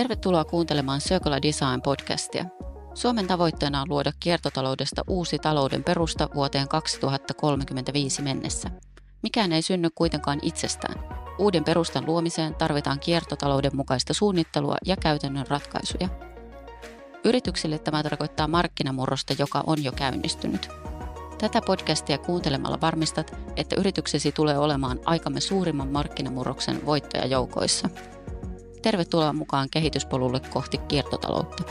Tervetuloa kuuntelemaan Circular Design podcastia. Suomen tavoitteena on luoda kiertotaloudesta uusi talouden perusta vuoteen 2035 mennessä. Mikään ei synny kuitenkaan itsestään. Uuden perustan luomiseen tarvitaan kiertotalouden mukaista suunnittelua ja käytännön ratkaisuja. Yrityksille tämä tarkoittaa markkinamurrosta, joka on jo käynnistynyt. Tätä podcastia kuuntelemalla varmistat, että yrityksesi tulee olemaan aikamme suurimman markkinamurroksen voittajajoukoissa. Tervetuloa mukaan kehityspolulle kohti kiertotaloutta.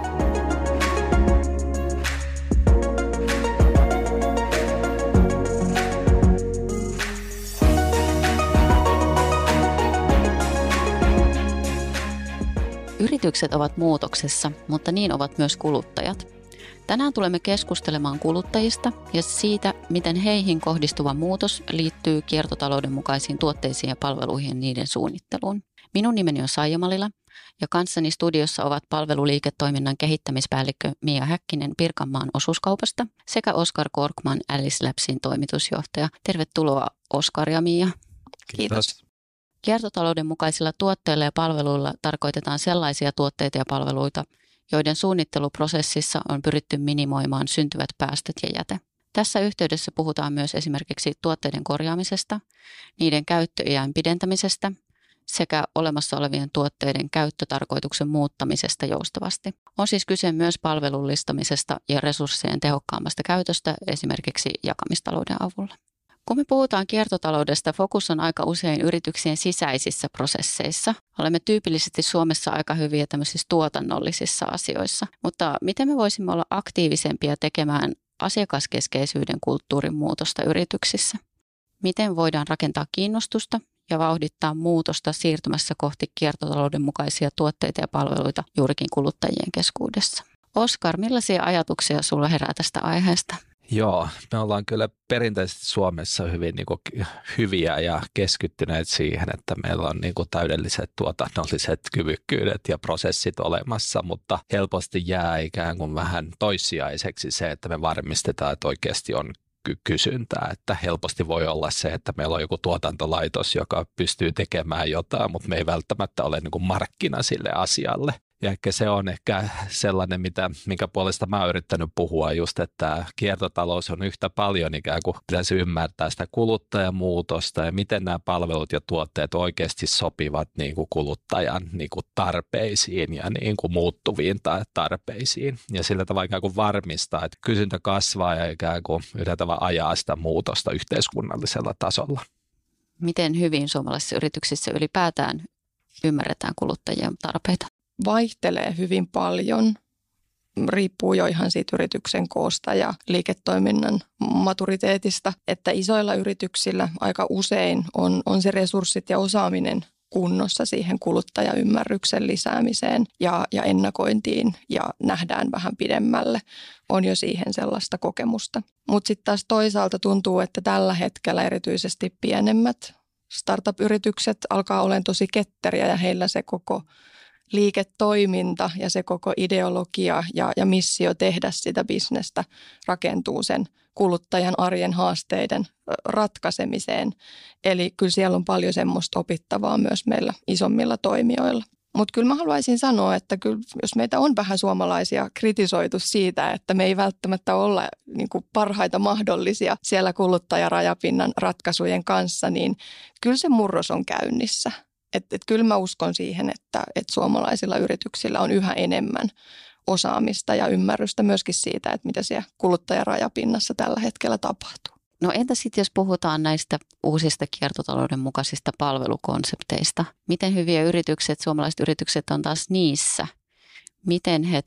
Yritykset ovat muutoksessa, mutta niin ovat myös kuluttajat. Tänään tulemme keskustelemaan kuluttajista ja siitä, miten heihin kohdistuva muutos liittyy kiertotalouden mukaisiin tuotteisiin ja palveluihin ja niiden suunnitteluun. Minun nimeni on Saija Malila ja kanssani studiossa ovat palveluliiketoiminnan kehittämispäällikkö Mia Häkkinen Pirkanmaan osuuskaupasta sekä Oskar Korkman Alice Labsin toimitusjohtaja. Tervetuloa Oskar ja Mia. Kiitos. Kiertotalouden mukaisilla tuotteilla ja palveluilla tarkoitetaan sellaisia tuotteita ja palveluita, joiden suunnitteluprosessissa on pyritty minimoimaan syntyvät päästöt ja jäte. Tässä yhteydessä puhutaan myös esimerkiksi tuotteiden korjaamisesta, niiden käyttöiän pidentämisestä sekä olemassa olevien tuotteiden käyttötarkoituksen muuttamisesta joustavasti. On siis kyse myös palvelullistamisesta ja resurssien tehokkaammasta käytöstä esimerkiksi jakamistalouden avulla. Kun me puhutaan kiertotaloudesta, fokus on aika usein yrityksien sisäisissä prosesseissa. Olemme tyypillisesti Suomessa aika hyviä tämmöisissä tuotannollisissa asioissa, mutta miten me voisimme olla aktiivisempia tekemään asiakaskeskeisyyden kulttuurin muutosta yrityksissä? Miten voidaan rakentaa kiinnostusta ja vauhdittaa muutosta siirtymässä kohti kiertotalouden mukaisia tuotteita ja palveluita juurikin kuluttajien keskuudessa? Oskar, millaisia ajatuksia sulla herää tästä aiheesta? Joo, me ollaan kyllä perinteisesti Suomessa hyvin hyviä ja keskittyneet siihen, että meillä on täydelliset tuotannolliset kyvykkyydet ja prosessit olemassa, mutta helposti jää ikään kuin vähän toissijaiseksi se, että me varmistetaan, että oikeasti on kysyntää, että helposti voi olla se, että meillä on joku tuotantolaitos, joka pystyy tekemään jotain, mutta me ei välttämättä ole markkina sille asialle. Ja ehkä se on ehkä sellainen, minkä puolesta mä oon yrittänyt puhua just, että kiertotalous on yhtä paljon ikään kuin pitäisi ymmärtää sitä kuluttajamuutosta ja miten nämä palvelut ja tuotteet oikeasti sopivat kuluttajan tarpeisiin ja muuttuviin tarpeisiin. Ja sillä tavalla ikään kuin varmistaa, että kysyntä kasvaa ja ikään kuin yhdellä tavalla ajaa sitä muutosta yhteiskunnallisella tasolla. Miten hyvin suomalaisissa yrityksissä ylipäätään ymmärretään kuluttajien tarpeita? Vaihtelee hyvin paljon, riippuu jo ihan siitä yrityksen koosta ja liiketoiminnan maturiteetista, että isoilla yrityksillä aika usein on se resurssit ja osaaminen kunnossa siihen kuluttajaymmärryksen lisäämiseen ja ennakointiin ja nähdään vähän pidemmälle, on jo siihen sellaista kokemusta. Mutta sitten taas toisaalta tuntuu, että tällä hetkellä erityisesti pienemmät startup-yritykset alkaa olemaan tosi ketteriä ja heillä se koko liiketoiminta ja se koko ideologia ja missio tehdä sitä bisnestä rakentuu sen kuluttajan arjen haasteiden ratkaisemiseen. Eli kyllä siellä on paljon semmoista opittavaa myös meillä isommilla toimijoilla. Mutta kyllä mä haluaisin sanoa, että kyllä jos meitä on vähän suomalaisia kritisoitu siitä, että me ei välttämättä olla parhaita mahdollisia siellä kuluttajarajapinnan ratkaisujen kanssa, niin kyllä se murros on käynnissä. Että kyllä mä uskon siihen, että suomalaisilla yrityksillä on yhä enemmän osaamista ja ymmärrystä myöskin siitä, että mitä siellä kuluttajarajapinnassa tällä hetkellä tapahtuu. No entä sitten, jos puhutaan näistä uusista kiertotalouden mukaisista palvelukonsepteista? Miten hyviä suomalaiset yritykset on taas niissä? Miten he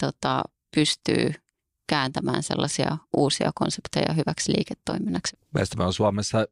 pystyy kääntämään sellaisia uusia konsepteja hyväksi liiketoiminnaksi? Mielestäni me Suomessa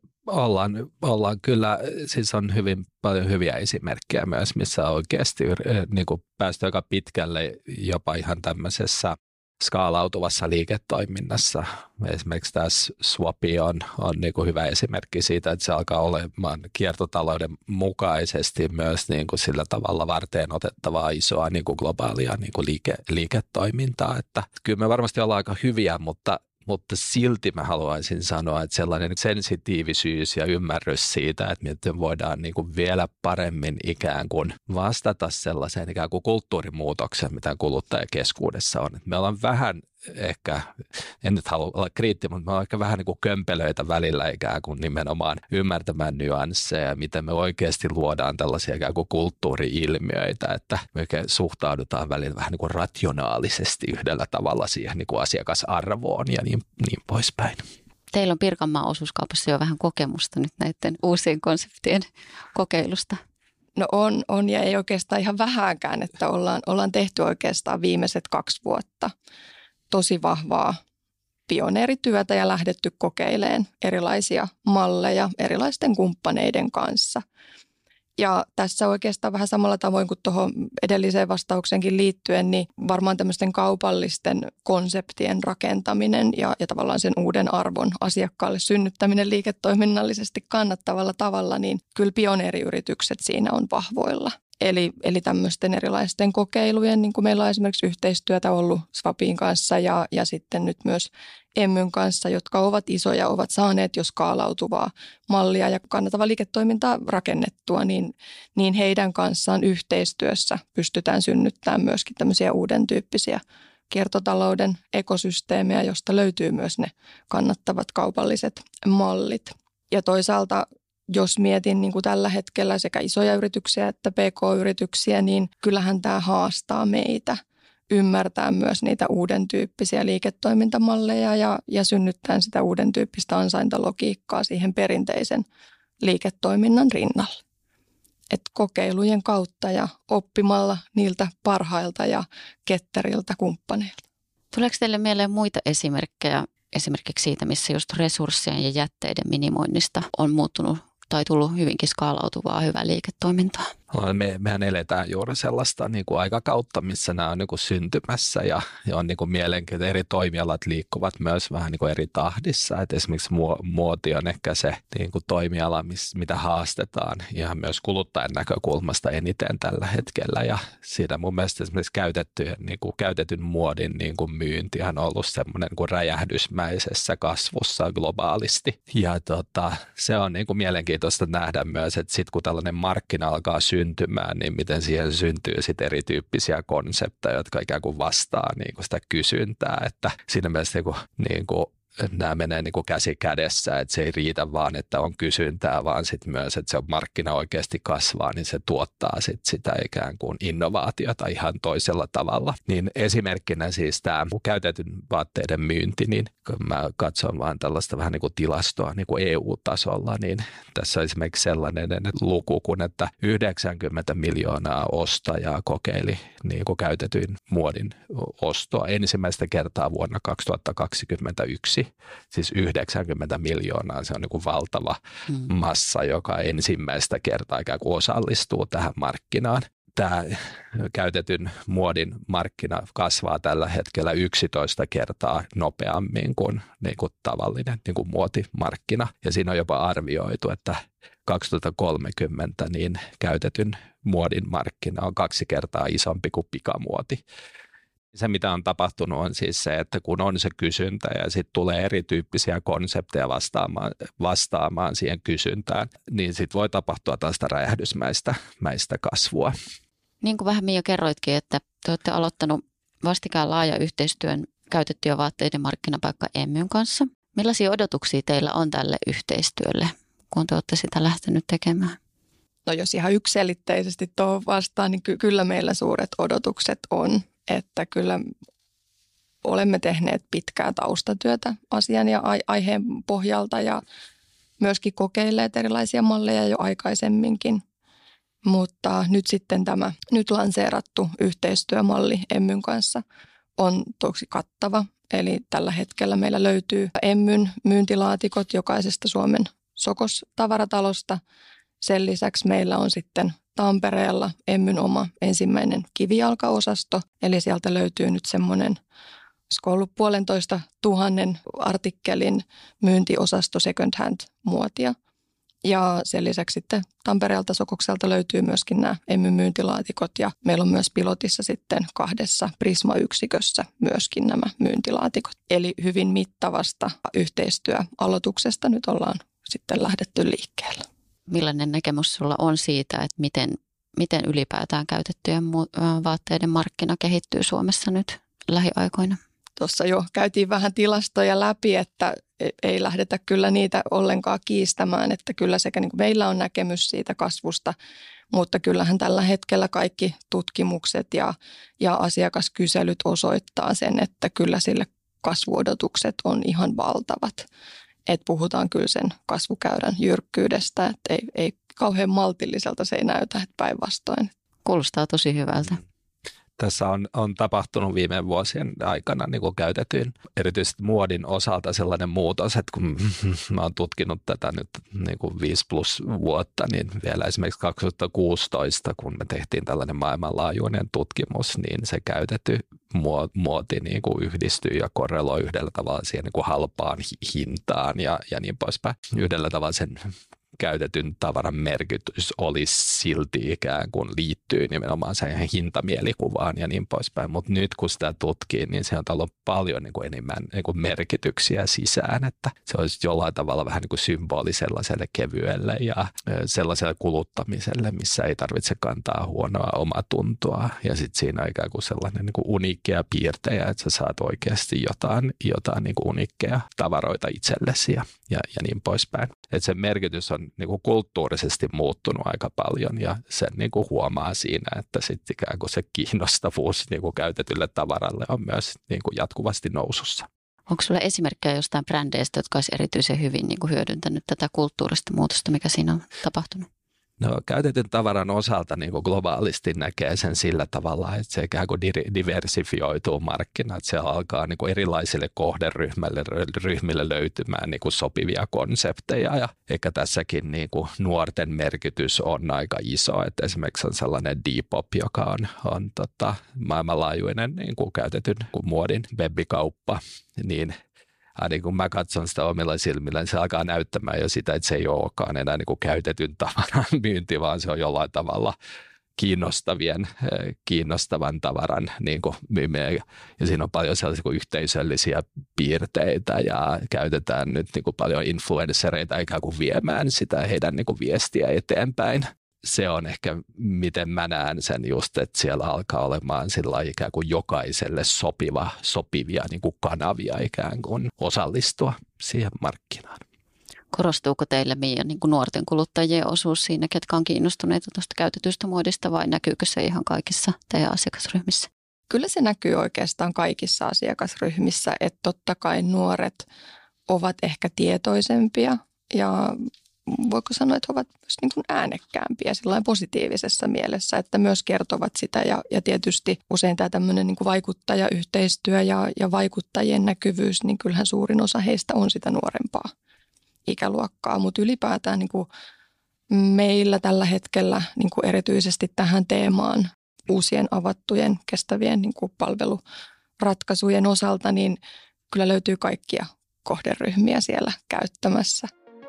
ollaan kyllä, siis on hyvin paljon hyviä esimerkkejä myös, missä oikeasti päästy aika pitkälle jopa ihan tämmöisessä skaalautuvassa liiketoiminnassa. Esimerkiksi tämä Swapi on hyvä esimerkki siitä, että se alkaa olemaan kiertotalouden mukaisesti myös sillä tavalla varteen otettavaa isoa globaalia liiketoimintaa. Että kyllä me varmasti ollaan aika hyviä, mutta mutta silti mä haluaisin sanoa, että sellainen sensitiivisyys ja ymmärrys siitä, että miten voidaan niin kuin vielä paremmin ikään kuin vastata sellaiseen ikään kuin kulttuurimuutokseen, mitä kuluttajakeskuudessa on. Me ollaan vähän ehkä, en nyt halua olla kriittinen, mutta me ollaan ehkä vähän niin kuin kömpelöitä välillä ikään kuin nimenomaan ymmärtämään nyansseja, miten me oikeasti luodaan tällaisia ikään kuin kulttuuri-ilmiöitä, että me suhtaudutaan välillä vähän niin kuin rationaalisesti yhdellä tavalla siihen niin kuin asiakasarvoon ja niin poispäin. Teillä on Pirkanmaan osuuskaupassa jo vähän kokemusta nyt näiden uusien konseptien kokeilusta. No on ja ei oikeastaan ihan vähääkään, että ollaan tehty oikeastaan viimeiset 2 vuotta tosi vahvaa pioneerityötä ja lähdetty kokeilemaan erilaisia malleja erilaisten kumppaneiden kanssa. Ja tässä oikeastaan vähän samalla tavoin kuin tuohon edelliseen vastaukseenkin liittyen, niin varmaan tämmöisten kaupallisten konseptien rakentaminen ja tavallaan sen uuden arvon asiakkaalle synnyttäminen liiketoiminnallisesti kannattavalla tavalla, niin kyllä pioneeriyritykset siinä on vahvoilla. Eli tämmöisten erilaisten kokeilujen, niin kuin meillä on esimerkiksi yhteistyötä ollut Swapin kanssa ja sitten nyt myös Emmyn kanssa, jotka ovat isoja, ovat saaneet jo skaalautuvaa mallia ja kannattavaa liiketoimintaa rakennettua, niin heidän kanssaan yhteistyössä pystytään synnyttämään myöskin tämmöisiä uuden tyyppisiä kiertotalouden ekosysteemejä, josta löytyy myös ne kannattavat kaupalliset mallit. Ja toisaalta jos mietin niin kuin tällä hetkellä sekä isoja yrityksiä että pk-yrityksiä, niin kyllähän tämä haastaa meitä ymmärtää myös niitä uuden tyyppisiä liiketoimintamalleja ja synnyttää sitä uuden tyyppistä ansaintalogiikkaa siihen perinteisen liiketoiminnan rinnalle. Et kokeilujen kautta ja oppimalla niiltä parhailta ja ketteriltä kumppaneilta. Tuleeko teille mieleen muita esimerkkejä esimerkiksi siitä, missä just resurssien ja jätteiden minimoinnista on muuttunut tai tullut hyvinkin skaalautuvaa hyvää liiketoimintaa? Mehän eletään juuri sellaista niin kuin aikakautta, missä nämä on niin kuin syntymässä ja on niin kuin mielenkiintoista. Eri toimialat liikkuvat myös vähän niin kuin eri tahdissa. Et esimerkiksi muoti on ehkä se niin kuin toimiala, mitä haastetaan ihan myös kuluttajan näkökulmasta eniten tällä hetkellä. Ja siinä mun mielestä esimerkiksi käytetyn muodin niin kuin myynti on ollut semmoinen niin kuin räjähdysmäisessä kasvussa globaalisti. Ja se on niin kuin mielenkiintoista nähdä myös, että sitten kun tällainen markkina alkaa syntymään, niin miten siihen syntyy sitten erityyppisiä konsepteja, jotka ikään kuin vastaa niin kuin sitä kysyntää, että siinä mielessä niin kuin nämä menee niin kuin käsi kädessä, että se ei riitä vaan, että on kysyntää, vaan sitten myös, että se markkina oikeasti kasvaa, niin se tuottaa sitten sitä ikään kuin innovaatiota ihan toisella tavalla. Niin esimerkkinä siis tämä käytetyn vaatteiden myynti, niin kun mä katson vaan tällaista vähän niin kuin tilastoa niin kuin EU-tasolla, niin tässä on esimerkiksi sellainen luku kuin, että 90 miljoonaa ostajaa kokeili niin kuin käytetyn muodin ostoa ensimmäistä kertaa vuonna 2021. Siis 90 miljoonaa, se on niin kuin valtava massa, joka ensimmäistä kertaa ikään kuin osallistuu tähän markkinaan. Tämä käytetyn muodin markkina kasvaa tällä hetkellä 11 kertaa nopeammin kuin, tavallinen niin kuin muotimarkkina. Ja siinä on jopa arvioitu, että 2030 niin käytetyn muodin markkina on 2 kertaa isompi kuin pikamuoti. Se, mitä on tapahtunut, on siis se, että kun on se kysyntä ja sitten tulee erityyppisiä konsepteja vastaamaan siihen kysyntään, niin sitten voi tapahtua tällaista räjähdysmäistä kasvua. Niin kuin vähän Mia kerroitkin, että te olette aloittanut vastikään laaja yhteistyön käytettyjen vaatteiden markkinapaikka Emmyn kanssa. Millaisia odotuksia teillä on tälle yhteistyölle, kun te olette sitä lähtenyt tekemään? No jos ihan yksiselitteisesti tuohon vastaan, niin kyllä meillä suuret odotukset on. Että kyllä olemme tehneet pitkää taustatyötä asian ja aiheen pohjalta ja myöskin kokeilleet erilaisia malleja jo aikaisemminkin. Mutta nyt sitten tämä nyt lanseerattu yhteistyömalli Emmyn kanssa on tosi kattava. Eli tällä hetkellä meillä löytyy Emmyn myyntilaatikot jokaisesta Suomen Sokos-tavaratalosta. Sen lisäksi meillä on sitten Tampereella Emmyn oma ensimmäinen kivijalkaosasto, eli sieltä löytyy nyt semmoinen, olisiko ollut 1,5 tuhannen artikkelin myyntiosasto second hand muotia. Ja sen lisäksi sitten Tampereelta Sokokselta löytyy myöskin nämä myyntilaatikot ja meillä on myös pilotissa sitten 2 Prisma-yksikössä myöskin nämä myyntilaatikot. Eli hyvin mittavasta yhteistyöaloituksesta nyt ollaan sitten lähdetty liikkeelle. Millainen näkemys sulla on siitä, että miten ylipäätään käytettyjen vaatteiden markkina kehittyy Suomessa nyt lähiaikoina? Tuossa jo käytiin vähän tilastoja läpi, että ei lähdetä kyllä niitä ollenkaan kiistämään, että kyllä sekä niin kuin meillä on näkemys siitä kasvusta, mutta kyllähän tällä hetkellä kaikki tutkimukset ja asiakaskyselyt osoittaa sen, että kyllä sille kasvuodotukset on ihan valtavat. Että puhutaan kyllä sen kasvukäyrän jyrkkyydestä, että ei kauhean maltilliselta se ei näytä, että päinvastoin. Kuulostaa tosi hyvältä. Tässä on tapahtunut viime vuosien aikana niin kuin käytetyin erityisesti muodin osalta sellainen muutos, että kun mä oon tutkinut tätä nyt niin kuin 5+ vuotta, niin vielä esimerkiksi 2016, kun me tehtiin tällainen maailmanlaajuinen tutkimus, niin se käytetty muoti niin kuin yhdistyy ja korreloi yhdellä tavalla siihen niin kuin halpaan hintaan ja niin poispäin. Yhdellä tavalla sen käytetyn tavaran merkitys olisi silti ikään kuin liittyy nimenomaan siihen hintamielikuvaan ja niin poispäin. Mutta nyt kun sitä tutkii, niin se on ollut paljon niin kuin enemmän niin kuin merkityksiä sisään, että se olisi jollain tavalla vähän niin kuin symboli sellaiselle kevyelle ja sellaiselle kuluttamiselle, missä ei tarvitse kantaa huonoa omatuntoa. Ja sitten siinä on ikään kuin sellainen niin kuin uniikkeja piirtejä, että sä saat oikeasti jotain niin kuin uniikkeja tavaroita itsellesi ja niin poispäin. Että se merkitys on niin kuin kulttuurisesti muuttunut aika paljon ja sen niin kuin huomaa siinä, että sitten ikään kuin se kiinnostavuus niin kuin käytetylle tavaralle on myös niin kuin jatkuvasti nousussa. Onko sulla esimerkkejä jostain brändeistä, jotka olisi erityisen hyvin niin kuin hyödyntänyt tätä kulttuurista muutosta, mikä siinä on tapahtunut? No, käytetyn tavaran osalta niin kuin globaalisti näkee sen sillä tavalla, että se ikään kuin diversifioituu markkinat. Se alkaa niin kuin erilaisille kohderyhmille löytymään niin kuin sopivia konsepteja. Ja ehkä tässäkin niin kuin nuorten merkitys on aika iso. Että esimerkiksi on sellainen Depop, joka on maailmanlaajuinen niin kuin käytetyn muodin webbikauppa, niin aina kun mä katson sitä omilla silmillä, niin se alkaa näyttämään jo sitä, että se ei olekaan enää niin kuin käytetyn tavaran myynti, vaan se on jollain tavalla kiinnostavan tavaran niin kuin myyminen. Ja siinä on paljon sellaisia kuin yhteisöllisiä piirteitä ja käytetään nyt niin kuin paljon influenssereita ikään kuin viemään sitä heidän niin kuin viestiä eteenpäin. Se on ehkä, miten mä näen sen just, että siellä alkaa olemaan sillä ikään kuin jokaiselle sopivia niin kuin kanavia ikään kuin osallistua siihen markkinaan. Korostuuko teille Miia niin kuin nuorten kuluttajien osuus siinä, ketkä on kiinnostuneita tuosta käytetystä muodista vai näkyykö se ihan kaikissa teidän asiakasryhmissä? Kyllä se näkyy oikeastaan kaikissa asiakasryhmissä, että totta kai nuoret ovat ehkä tietoisempia ja voiko sanoa, että ovat myös niin kuin äänekkäämpiä sillain positiivisessa mielessä, että myös kertovat sitä ja tietysti usein tämä tämmöinen niin kuin vaikuttajayhteistyö ja vaikuttajien näkyvyys, niin kyllähän suurin osa heistä on sitä nuorempaa ikäluokkaa, mutta ylipäätään niin kuin meillä tällä hetkellä niin kuin erityisesti tähän teemaan uusien avattujen kestävien niin kuin palveluratkaisujen osalta, niin kyllä löytyy kaikkia kohderyhmiä siellä käyttämässä.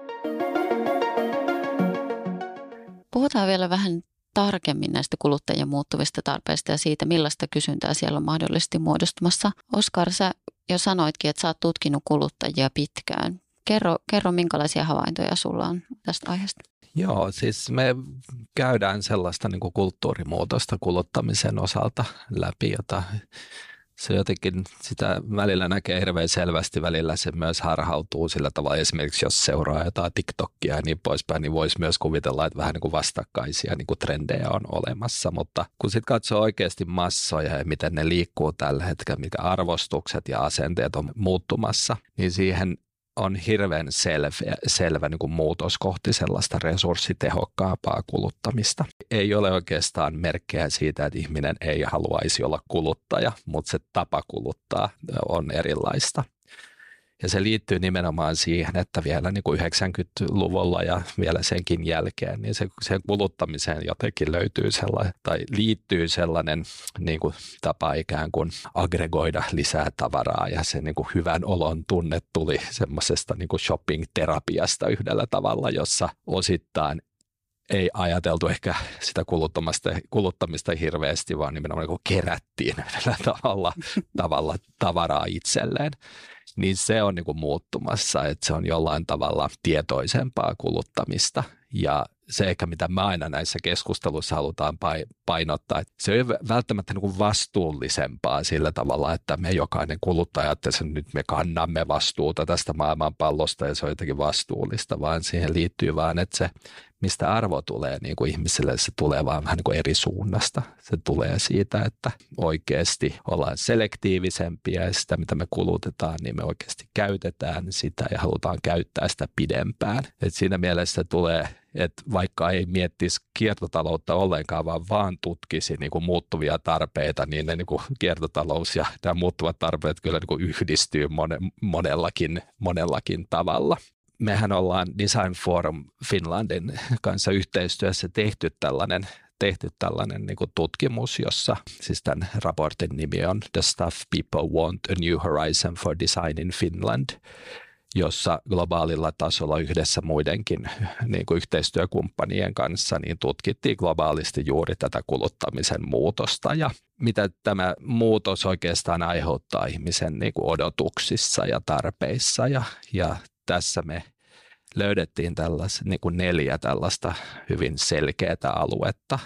Puhutaan vielä vähän tarkemmin näistä kuluttajien muuttuvista tarpeista ja siitä, millaista kysyntää siellä on mahdollisesti muodostumassa. Oskar, sä jo sanoitkin, että sä oot tutkinut kuluttajia pitkään. Kerro minkälaisia havaintoja sulla on tästä aiheesta? Joo, siis me käydään sellaista niin kuin kulttuurimuutosta kuluttamisen osalta läpi, jota se jotenkin sitä välillä näkee hirveän selvästi, välillä se myös harhautuu sillä tavalla. Esimerkiksi jos seuraa jotain TikTokia ja niin poispäin, niin voisi myös kuvitella, että vähän niin kuin vastakkaisia niin kuin trendejä on olemassa. Mutta kun sitten katsoo oikeasti massoja ja miten ne liikkuu tällä hetkellä, mitkä arvostukset ja asenteet on muuttumassa, niin siihen on hirveän selvä niin kuin muutos kohti sellaista resurssitehokkaampaa kuluttamista. Ei ole oikeastaan merkkejä siitä, että ihminen ei haluaisi olla kuluttaja, mutta se tapa kuluttaa on erilaista. Ja se liittyy nimenomaan siihen, että vielä niin kuin 90-luvulla ja vielä senkin jälkeen, niin sen kuluttamiseen jotenkin löytyy sellainen, tai liittyy sellainen niin kuin tapa ikään kuin aggregoida lisää tavaraa, ja se niin kuin hyvän olon tunne tuli semmoisesta niin kuin shopping-terapiasta yhdellä tavalla, jossa osittain ei ajateltu ehkä sitä kuluttamista hirveästi, vaan nimenomaan niin kerättiin yhdellä tavalla tavaraa itselleen. Niin se on niin kuin muuttumassa, että se on jollain tavalla tietoisempaa kuluttamista. Ja se ehkä, mitä mä aina näissä keskusteluissa halutaan painottaa, että se ei ole välttämättä niin kuin vastuullisempaa sillä tavalla, että me jokainen kuluttaja, että nyt me kannamme vastuuta tästä maailmanpallosta ja se on jotenkin vastuullista, vaan siihen liittyy vaan, että se, mistä arvo tulee niin kuin ihmiselle, se tulee vaan vähän niin kuin eri suunnasta. Se tulee siitä, että oikeasti ollaan selektiivisempiä ja sitä, mitä me kulutetaan, niin me oikeasti käytetään sitä ja halutaan käyttää sitä pidempään. Et siinä mielessä tulee, että vaikka ei miettisi kiertotaloutta ollenkaan, vaan tutkisi niin kuin muuttuvia tarpeita, niin ne niin kuin kiertotalous ja nämä muuttuvat tarpeet kyllä niin kuin yhdistyy monellakin tavalla. Mehän ollaan Design Forum Finlandin kanssa yhteistyössä tehty tällainen niin kuin tutkimus, jossa siis tämän raportin nimi on The Stuff People Want, A New Horizon for Design in Finland, jossa globaalilla tasolla yhdessä muidenkin niin kuin yhteistyökumppanien kanssa niin tutkittiin globaalisti juuri tätä kuluttamisen muutosta ja mitä tämä muutos oikeastaan aiheuttaa ihmisen niin kuin odotuksissa ja tarpeissa ja tässä me löydettiin niin kuin 4 tällaista hyvin selkeää aluetta,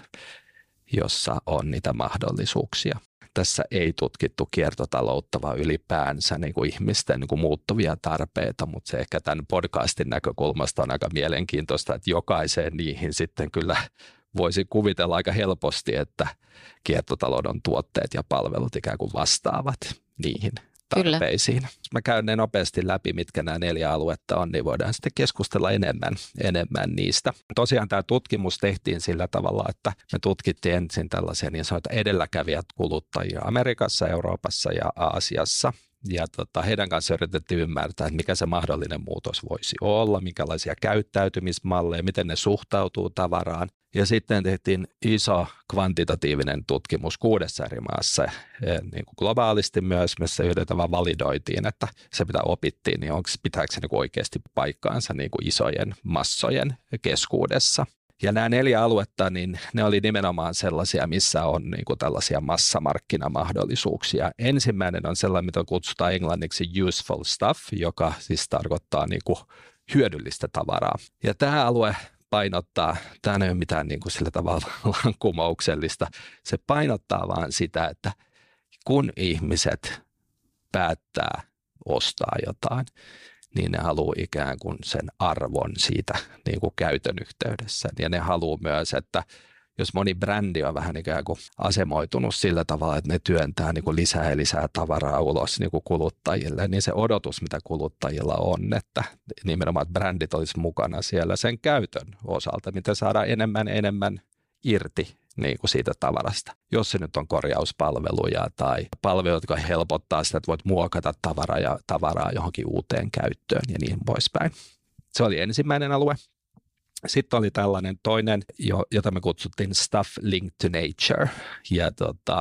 jossa on niitä mahdollisuuksia. Tässä ei tutkittu kiertotaloutta, vaan ylipäänsä niin kuin ihmisten niin kuin muuttuvia tarpeita, mutta se ehkä tämän podcastin näkökulmasta on aika mielenkiintoista, että jokaiseen niihin sitten kyllä voisi kuvitella aika helposti, että kiertotalouden tuotteet ja palvelut ikään kuin vastaavat niihin tarpeisiin. Kyllä. Mä käyn ne nopeasti läpi, mitkä nämä 4 aluetta on, niin voidaan sitten keskustella enemmän niistä. Tosiaan tämä tutkimus tehtiin sillä tavalla, että me tutkittiin ensin tällaisia niin sanotaan edelläkävijät kuluttajia Amerikassa, Euroopassa ja Aasiassa. Ja heidän kanssa yritettiin ymmärtää, että mikä se mahdollinen muutos voisi olla, minkälaisia käyttäytymismalleja, miten ne suhtautuu tavaraan. Ja sitten tehtiin iso kvantitatiivinen tutkimus 6 eri maassa, niin kuin globaalisti myös, missä yhdellä tavalla validoitiin, että se mitä opittiin, niin pitääkö se niin kuin oikeasti paikkaansa niin kuin isojen massojen keskuudessa. Ja nämä 4 aluetta, niin ne oli nimenomaan sellaisia, missä on niin kuin tällaisia massamarkkinamahdollisuuksia. Ensimmäinen on sellainen, mitä kutsutaan englanniksi useful stuff, joka siis tarkoittaa niin kuin hyödyllistä tavaraa. Ja tämä alue painottaa, tämä ei ole mitään niin kuin sillä tavalla kumouksellista, se painottaa vaan sitä, että kun ihmiset päättää ostaa jotain, niin ne haluaa ikään kuin sen arvon siitä niin kuin käytön yhteydessä. Ja ne haluaa myös, että jos moni brändi on vähän ikään kuin asemoitunut sillä tavalla, että ne työntää niin kuin lisää ja lisää tavaraa ulos niin kuin kuluttajille, niin se odotus, mitä kuluttajilla on, että nimenomaan että brändit olisi mukana siellä sen käytön osalta, miten saadaan enemmän irti niin kuin siitä tavarasta. Jos se nyt on korjauspalveluja tai palveluja, jotka helpottaa sitä, että voit muokata tavaraa johonkin uuteen käyttöön ja niin poispäin. Se oli ensimmäinen alue. Sitten oli tällainen toinen, jota me kutsuttiin Stuff Linked to Nature. Ja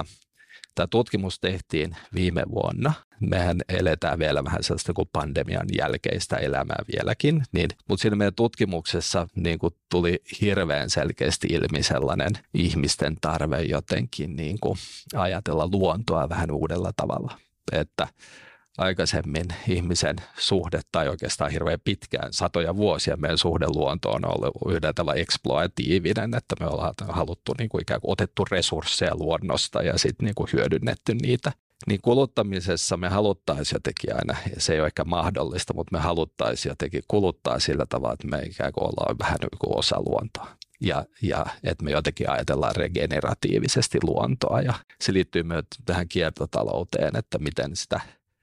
tämä tutkimus tehtiin viime vuonna. Mehän eletään vielä vähän sellaista kuin pandemian jälkeistä elämää vieläkin, mutta siinä meidän tutkimuksessa niin kuin tuli hirveän selkeästi ilmi sellainen ihmisten tarve jotenkin niin kuin ajatella luontoa vähän uudella tavalla, että aikaisemmin ihmisen suhde tai oikeastaan hirveän pitkään, satoja vuosia meidän suhde luontoon on ollut yhdellä tavalla eksploatiivinen, että me ollaan haluttu niin kuin ikään kuin otettu resursseja luonnosta ja sitten niin kuin hyödynnetty niitä. Niin kuluttamisessa me haluttaisiin jotenkin aina, ja se ei ole ehkä mahdollista, mutta me haluttaisiin jotenkin kuluttaa sillä tavalla, että me ikään kuin ollaan vähän niin kuin osa luontoa. Ja että me jotenkin ajatellaan regeneratiivisesti luontoa ja se liittyy myös tähän kiertotalouteen, että miten sitä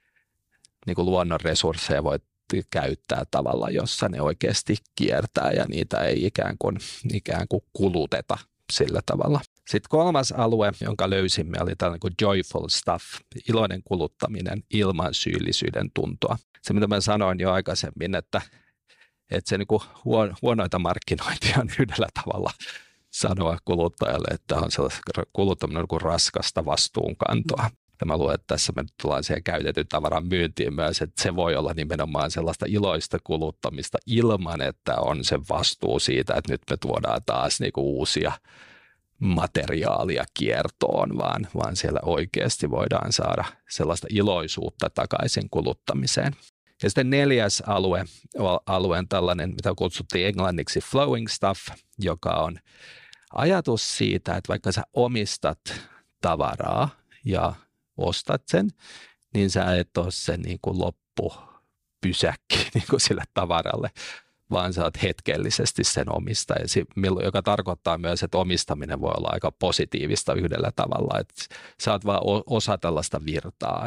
niin kuin luonnon resursseja voi käyttää tavalla, jossa ne oikeasti kiertää ja niitä ei ikään kuin kuluteta sillä tavalla. Sitten 3. alue, jonka löysimme, oli tällainen kuin joyful stuff, iloinen kuluttaminen ilman syyllisyyden tuntoa. se, mitä mä sanoin jo aikaisemmin, että se niin kuin huonoita markkinointia on yhdellä tavalla sanoa kuluttajalle, että on sellaista kuluttaminen kuin raskasta vastuunkantoa. Ja mä luulen, että tässä me tullaan siihen käytetyn tavaran myyntiin myös, että se voi olla nimenomaan sellaista iloista kuluttamista ilman, että on se vastuu siitä, että nyt me tuodaan taas niin kuin uusia materiaalia kiertoon, vaan siellä oikeasti voidaan saada sellaista iloisuutta takaisin kuluttamiseen. Ja sitten 4. alue on tällainen, mitä kutsuttiin englanniksi flowing stuff, joka on ajatus siitä, että vaikka sä omistat tavaraa ja ostat sen, niin sä et ole se niin kuin loppupysäkki niin kuin sille tavaralle, vaan sä oot hetkellisesti sen omistaja, joka tarkoittaa myös, että omistaminen voi olla aika positiivista yhdellä tavalla, että sä oot vaan osa tällaista virtaa,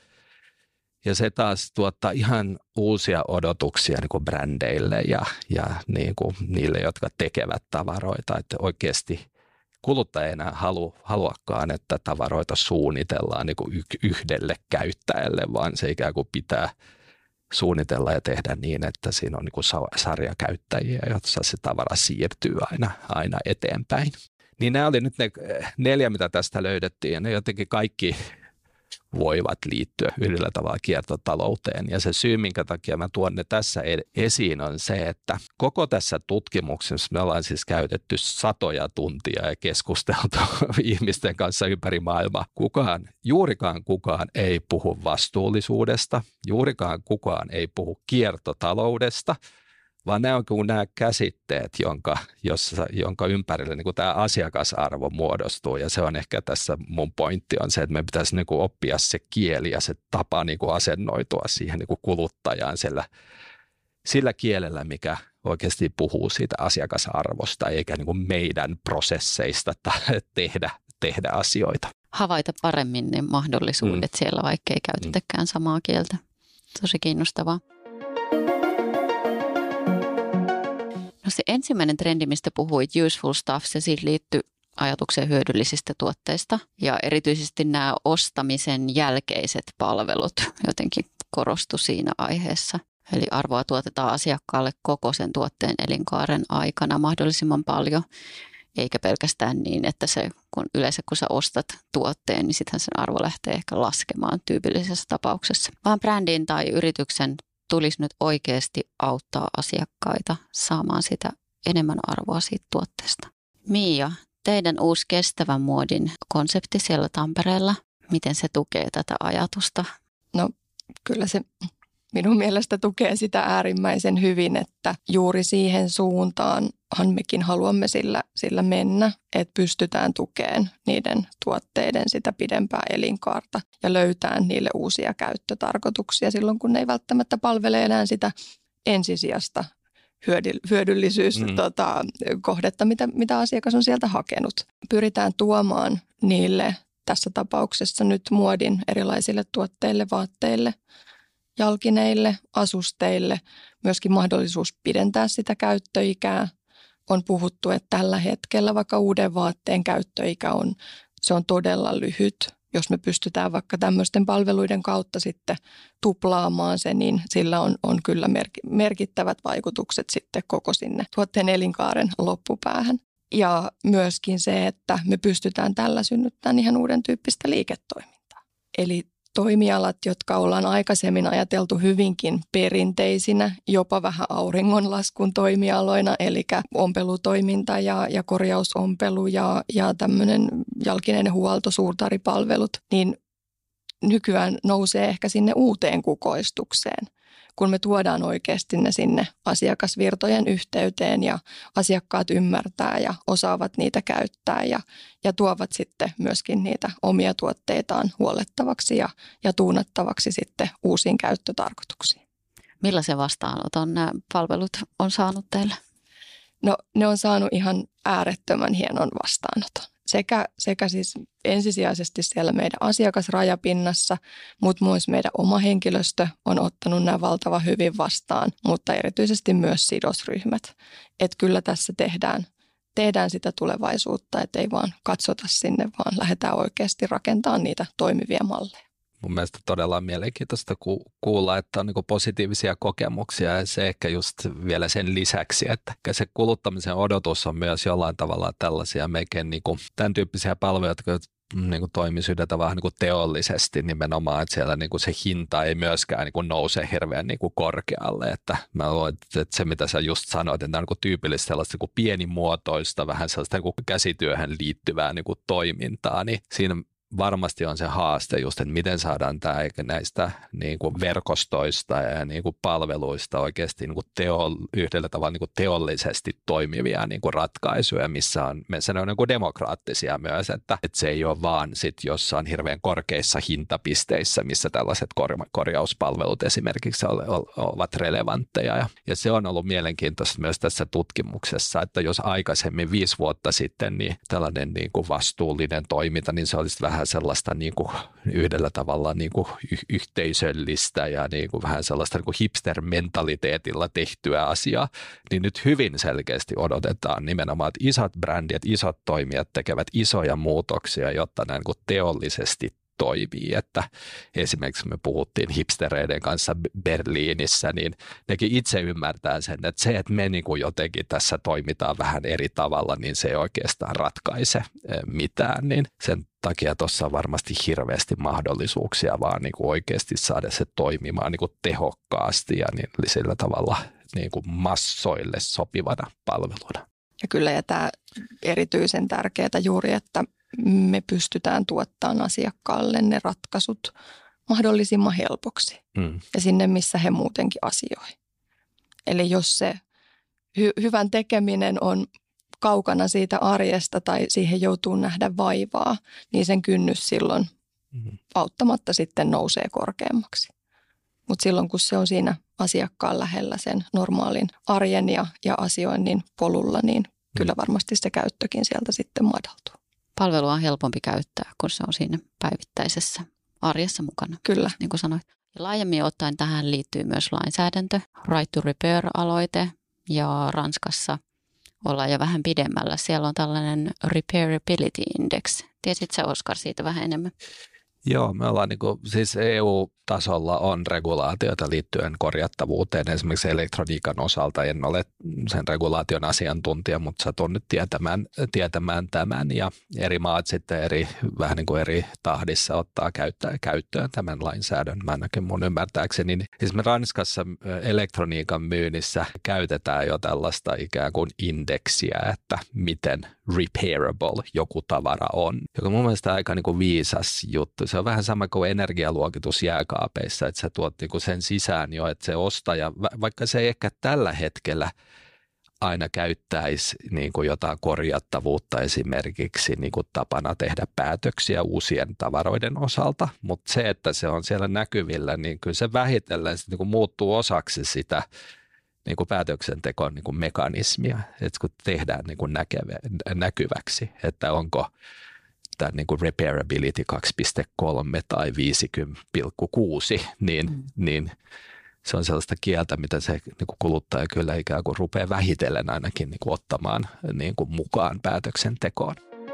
ja se taas tuottaa ihan uusia odotuksia niin kuin brändeille ja niin kuin niille, jotka tekevät tavaroita, että oikeasti kuluttaja ei enää haluakaan, että tavaroita suunnitellaan niin kuin yhdelle käyttäjälle, vaan se ikään kuin pitää suunnitella ja tehdä niin, että siinä on niin kuin sarjakäyttäjiä, jossa se tavara siirtyy aina eteenpäin. Niin nämä oli nyt ne 4, mitä tästä löydettiin, ja ne jotenkin kaikki voivat liittyä yhdellä tavalla kiertotalouteen. Ja se syy, minkä takia mä tuon ne tässä esiin, on se, että koko tässä tutkimuksessa me ollaan siis käytetty satoja tuntia ja keskusteltu ihmisten kanssa ympäri maailmaa. Juurikaan kukaan ei puhu vastuullisuudesta, juurikaan kukaan ei puhu kiertotaloudesta, vaan nämä on nämä käsitteet, jonka ympärille niin kuin tämä asiakasarvo muodostuu. Ja se on ehkä tässä mun pointti on se, että me pitäisi niin kuin oppia se kieli ja se tapa niin kuin asennoitua siihen niin kuin kuluttajaan sillä kielellä, mikä oikeasti puhuu siitä asiakasarvosta, eikä niin kuin meidän prosesseista tehdä asioita. Havaita paremmin ne mahdollisuudet siellä, vaikka ei käytetäkään samaa kieltä. Tosi kiinnostavaa. No se ensimmäinen trendi, mistä puhuit, useful stuff, se siitä liittyy ajatukseen hyödyllisistä tuotteista ja erityisesti nämä ostamisen jälkeiset palvelut jotenkin korostu siinä aiheessa. Eli arvoa tuotetaan asiakkaalle koko sen tuotteen elinkaaren aikana mahdollisimman paljon, eikä pelkästään niin, että kun sä ostat tuotteen, niin sittenhän sen arvo lähtee ehkä laskemaan tyypillisessä tapauksessa. Vaan brändin tai yrityksen tulisi nyt oikeasti auttaa asiakkaita saamaan sitä enemmän arvoa siitä tuotteesta. Miia, teidän uusi kestävän muodin konsepti siellä Tampereella, miten se tukee tätä ajatusta? No kyllä se minun mielestä tukee sitä äärimmäisen hyvin, että juuri siihen suuntaanhan mekin haluamme sillä mennä, että pystytään tukemaan niiden tuotteiden sitä pidempää elinkaarta ja löytää niille uusia käyttötarkoituksia silloin, kun ne ei välttämättä palvele enää sitä ensisijasta hyödyllisyyskohdetta, mitä asiakas on sieltä hakenut. Pyritään tuomaan niille tässä tapauksessa nyt muodin erilaisille tuotteille, vaatteille, jalkineille, asusteille, myöskin mahdollisuus pidentää sitä käyttöikää. On puhuttu, että tällä hetkellä vaikka uuden vaatteen käyttöikä on todella lyhyt. Jos me pystytään vaikka tämmöisten palveluiden kautta sitten tuplaamaan se, niin sillä on kyllä merkittävät vaikutukset sitten koko sinne tuotteen elinkaaren loppupäähän. Ja myöskin se, että me pystytään tällä synnyttämään ihan uuden tyyppistä liiketoimintaa. Eli toimialat, jotka ollaan aikaisemmin ajateltu hyvinkin perinteisinä, jopa vähän auringonlaskun toimialoina, eli ompelutoiminta ja korjausompelu ja tämmöinen jalkineiden huolto, suurtaripalvelut, niin nykyään nousee ehkä sinne uuteen kukoistukseen, kun me tuodaan oikeasti ne sinne asiakasvirtojen yhteyteen ja asiakkaat ymmärtää ja osaavat niitä käyttää ja tuovat sitten myöskin niitä omia tuotteitaan huollettavaksi ja tuunattavaksi sitten uusiin käyttötarkoituksiin. Millaisen vastaanoton nämä palvelut on saanut teille? No ne on saanut ihan äärettömän hienon vastaanoton. Sekä siis ensisijaisesti siellä meidän asiakasrajapinnassa, mutta myös meidän oma henkilöstö on ottanut nämä valtavan hyvin vastaan, mutta erityisesti myös sidosryhmät. Että kyllä tässä tehdään sitä tulevaisuutta, että ei vaan katsota sinne, vaan lähdetään oikeasti rakentamaan niitä toimivia malleja. mun mielestä todella mielenkiintoista kuulla, että on niin kuin positiivisia kokemuksia ja se ehkä just vielä sen lisäksi, että se kuluttamisen odotus on myös jollain tavalla tällaisia melkein niin kuin tämän tyyppisiä palveluja, jotka niin kuin toimii sydäntä vähän niin kuin teollisesti nimenomaan, että siellä niin kuin se hinta ei myöskään niin kuin nouse hirveän niin kuin korkealle, että mä luulen, että se mitä sä just sanoit, että tämä on niin kuin tyypillistä sellaista niin kuin pienimuotoista, vähän sellaista niin kuin käsityöhön liittyvää niin kuin toimintaa, niin siinä varmasti on se haaste just, että miten saadaan tämä näistä niin kuin verkostoista ja niin kuin palveluista oikeasti niin kuin yhdellä tavalla niin kuin teollisesti toimivia niin kuin ratkaisuja, missä ne on niin kuin demokraattisia myös, että se ei ole vaan sit jossain hirveän korkeissa hintapisteissä, missä tällaiset korjauspalvelut esimerkiksi ovat relevantteja. Ja se on ollut mielenkiintoista myös tässä tutkimuksessa, että jos aikaisemmin 5 vuotta sitten niin tällainen niin kuin vastuullinen toiminta, niin se olisi vähän sellaista niin kuin yhdellä tavalla niin kuin yhteisöllistä ja niin kuin vähän sellaista niin kuin hipster-mentaliteetilla tehtyä asiaa, niin nyt hyvin selkeästi odotetaan nimenomaan, että isot brändit, isot toimijat tekevät isoja muutoksia, jotta näin niin kuin teollisesti toimii, että esimerkiksi me puhuttiin hipstereiden kanssa Berliinissä, niin nekin itse ymmärtää sen, että se, että me niin kuin jotenkin tässä toimitaan vähän eri tavalla, niin se ei oikeastaan ratkaise mitään, niin sen takia tuossa on varmasti hirveästi mahdollisuuksia vaan niin kuin oikeasti saada se toimimaan niin kuin tehokkaasti ja niin sillä tavalla niin kuin massoille sopivana palveluna. Ja kyllä, ja tämä erityisen tärkeää juuri, että me pystytään tuottamaan asiakkaalle ne ratkaisut mahdollisimman helpoksi ja sinne, missä he muutenkin asioi. Eli jos se hyvän tekeminen on kaukana siitä arjesta tai siihen joutuu nähdä vaivaa, niin sen kynnys silloin auttamatta sitten nousee korkeammaksi. Mutta silloin, kun se on siinä asiakkaan lähellä sen normaalin arjen ja asioinnin polulla, niin kyllä varmasti se käyttökin sieltä sitten madaltuu. Palvelua on helpompi käyttää, kun se on siinä päivittäisessä arjessa mukana. Kyllä. Niin kuin sanoit. Ja laajemmin ottaen tähän liittyy myös lainsäädäntö, Right to Repair-aloite, ja Ranskassa ollaan jo vähän pidemmällä. Siellä on tällainen Repairability Index. Tiesit sä, Oskar, siitä vähän enemmän? Joo, me ollaan siis EU-tasolla on regulaatioita liittyen korjattavuuteen. Esimerkiksi elektroniikan osalta en ole sen regulaation asiantuntija, mutta satun nyt tietämään tämän. Ja eri maat sitten vähän niin kuin eri tahdissa ottaa käyttöön tämän lainsäädännön. Ainakin mun ymmärtääkseni. Niin esimerkiksi Ranskassa elektroniikan myynnissä käytetään jo tällaista ikään kuin indeksiä, että miten repairable joku tavara on, joka mun mielestä aika niin kuin viisas juttu. Se on vähän sama kuin energialuokitus jääkaapeissa, että sä tuot niinku sen sisään jo, että se ostaja, vaikka se ei ehkä tällä hetkellä aina käyttäisi niinku jotain korjattavuutta esimerkiksi niinku tapana tehdä päätöksiä uusien tavaroiden osalta, mutta se, että se on siellä näkyvillä, niin kyllä se vähitellen niinku muuttuu osaksi sitä niinku päätöksentekoon niinku mekanismia, että kun tehdään niinku näkyväksi, että onko tämä niin kuin repairability 2.3 tai 50,6, niin se on sellaista kieltä, mitä se niin kuin kuluttaja kyllä ikään kuin rupeaa vähitellen ainakin niin kuin ottamaan niin kuin mukaan päätöksentekoon.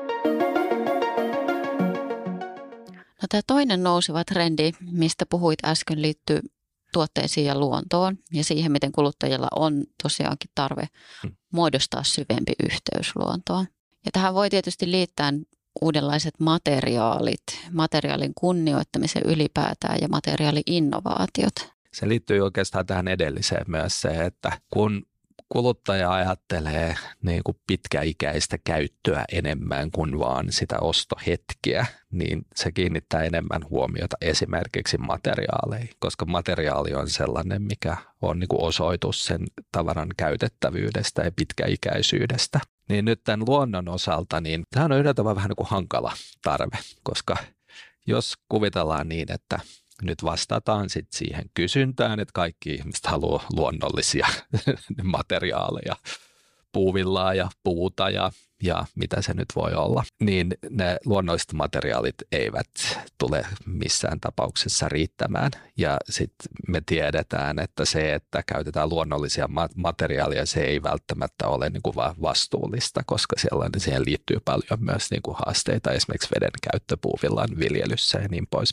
No, tämä toinen nouseva trendi, mistä puhuit äsken, liittyy tuotteisiin ja luontoon ja siihen, miten kuluttajilla on tosiaankin tarve muodostaa syvempi yhteys luontoon. Ja tähän voi tietysti liittää uudenlaiset materiaalit, materiaalin kunnioittamisen ylipäätään ja materiaali-innovaatiot. Se liittyy oikeastaan tähän edelliseen myös se, että kun kuluttaja ajattelee niin kuin pitkäikäistä käyttöä enemmän kuin vaan sitä ostohetkeä, niin se kiinnittää enemmän huomiota esimerkiksi materiaaleihin, koska materiaali on sellainen, mikä on niin kuin osoitus sen tavaran käytettävyydestä ja pitkäikäisyydestä. Niin nyt tämän luonnon osalta, niin tämä on yhdellä tavalla vähän niin kuin hankala tarve, koska jos kuvitellaan niin, että nyt vastataan sitten siihen kysyntään, että kaikki ihmiset haluaa luonnollisia materiaaleja, puuvillaa ja puuta ja mitä se nyt voi olla, niin ne luonnolliset materiaalit eivät tule missään tapauksessa riittämään. Ja sitten me tiedetään, että se, että käytetään luonnollisia materiaaleja, se ei välttämättä ole niin kuin vastuullista, koska siihen liittyy paljon myös niin kuin haasteita, esimerkiksi veden käyttö puuvillan viljelyssä ja niin poispäin.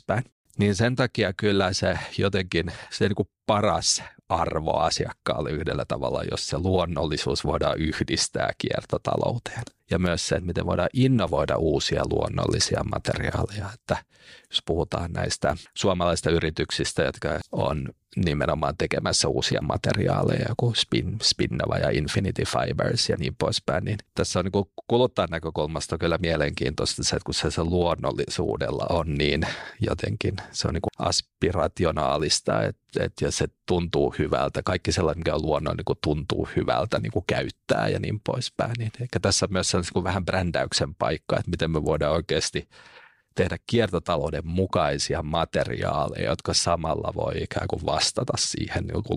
Niin sen takia kyllä se jotenkin se niin kuin paras arvo asiakkaalle yhdellä tavalla, jos se luonnollisuus voidaan yhdistää kiertotalouteen. Ja myös se, että miten voidaan innovoida uusia luonnollisia materiaaleja. Että jos puhutaan näistä suomalaisista yrityksistä, jotka on nimenomaan tekemässä uusia materiaaleja, joku Spinnova ja Infinity Fibers ja niin poispäin, niin tässä on niin kuluttajan näkökulmasta kyllä mielenkiintoista se, että kun se luonnollisuudella on niin jotenkin, se on niin aspirationaalista, että se tuntuu hyvältä. Kaikki sellainen, mikä on luonnolla, niin tuntuu hyvältä niin käyttää ja niin poispäin. Niin ehkä tässä on myös niin vähän brändäyksen paikka, että miten me voidaan oikeasti tehdä kiertotalouden mukaisia materiaaleja, jotka samalla voi ikään kuin vastata siihen niin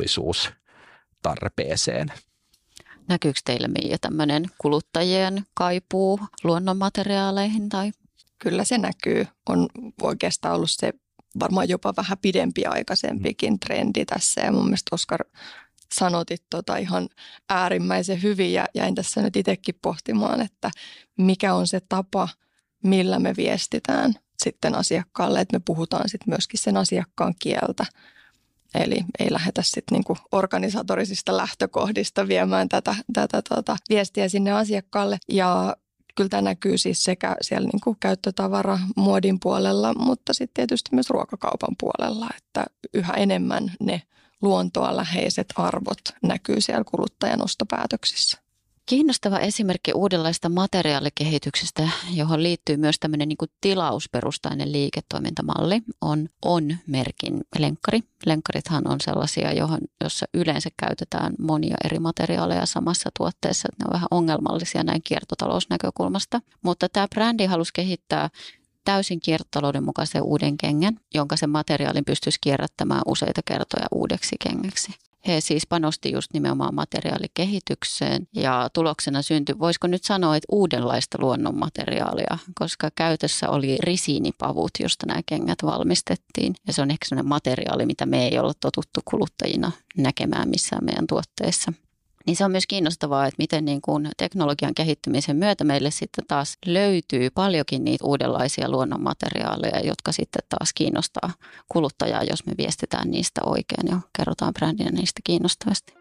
luonnollisuustarpeeseen. Näkyykö teille, Miia, tämmöinen kuluttajien kaipuu luonnonmateriaaleihin? Tai? Kyllä se näkyy. On oikeastaan ollut se varmaan jopa vähän pidempiaikaisempikin trendi tässä. Ja mun mielestä Oskar sanotit ihan äärimmäisen hyvin ja jäin tässä nyt itsekin pohtimaan, että mikä on se tapa, millä me viestitään sitten asiakkaalle, että me puhutaan sitten myöskin sen asiakkaan kieltä. Eli ei lähdetä sitten niinku organisatorisista lähtökohdista viemään tätä viestiä sinne asiakkaalle. Ja kyllä tämä näkyy siis sekä siellä niinku käyttötavara muodin puolella, mutta sitten tietysti myös ruokakaupan puolella, että yhä enemmän ne luontoa läheiset arvot näkyy siellä kuluttajan ostopäätöksissä. Kiinnostava esimerkki uudenlaista materiaalikehityksestä, johon liittyy myös tämmöinen niin kuin tilausperustainen liiketoimintamalli, on merkin lenkkari. Lenkkarithan on sellaisia, jossa yleensä käytetään monia eri materiaaleja samassa tuotteessa. Ne on vähän ongelmallisia näin kiertotalousnäkökulmasta, mutta tämä brändi halusi kehittää täysin kiertotalouden mukaisen uuden kengän, jonka sen materiaalin pystyisi kierrättämään useita kertoja uudeksi kengäksi. He siis panosti just nimenomaan materiaalikehitykseen ja tuloksena syntyi, voisiko nyt sanoa, että uudenlaista luonnonmateriaalia, koska käytössä oli risiinipavut, josta nämä kengät valmistettiin. Ja se on ehkä sellainen materiaali, mitä me ei olla totuttu kuluttajina näkemään missään meidän tuotteissa. Niin se on myös kiinnostavaa, että miten niin kuin teknologian kehittymisen myötä meille sitten taas löytyy paljonkin niitä uudenlaisia luonnonmateriaaleja, jotka sitten taas kiinnostaa kuluttajaa, jos me viestitään niistä oikein ja kerrotaan brändinä niistä kiinnostavasti.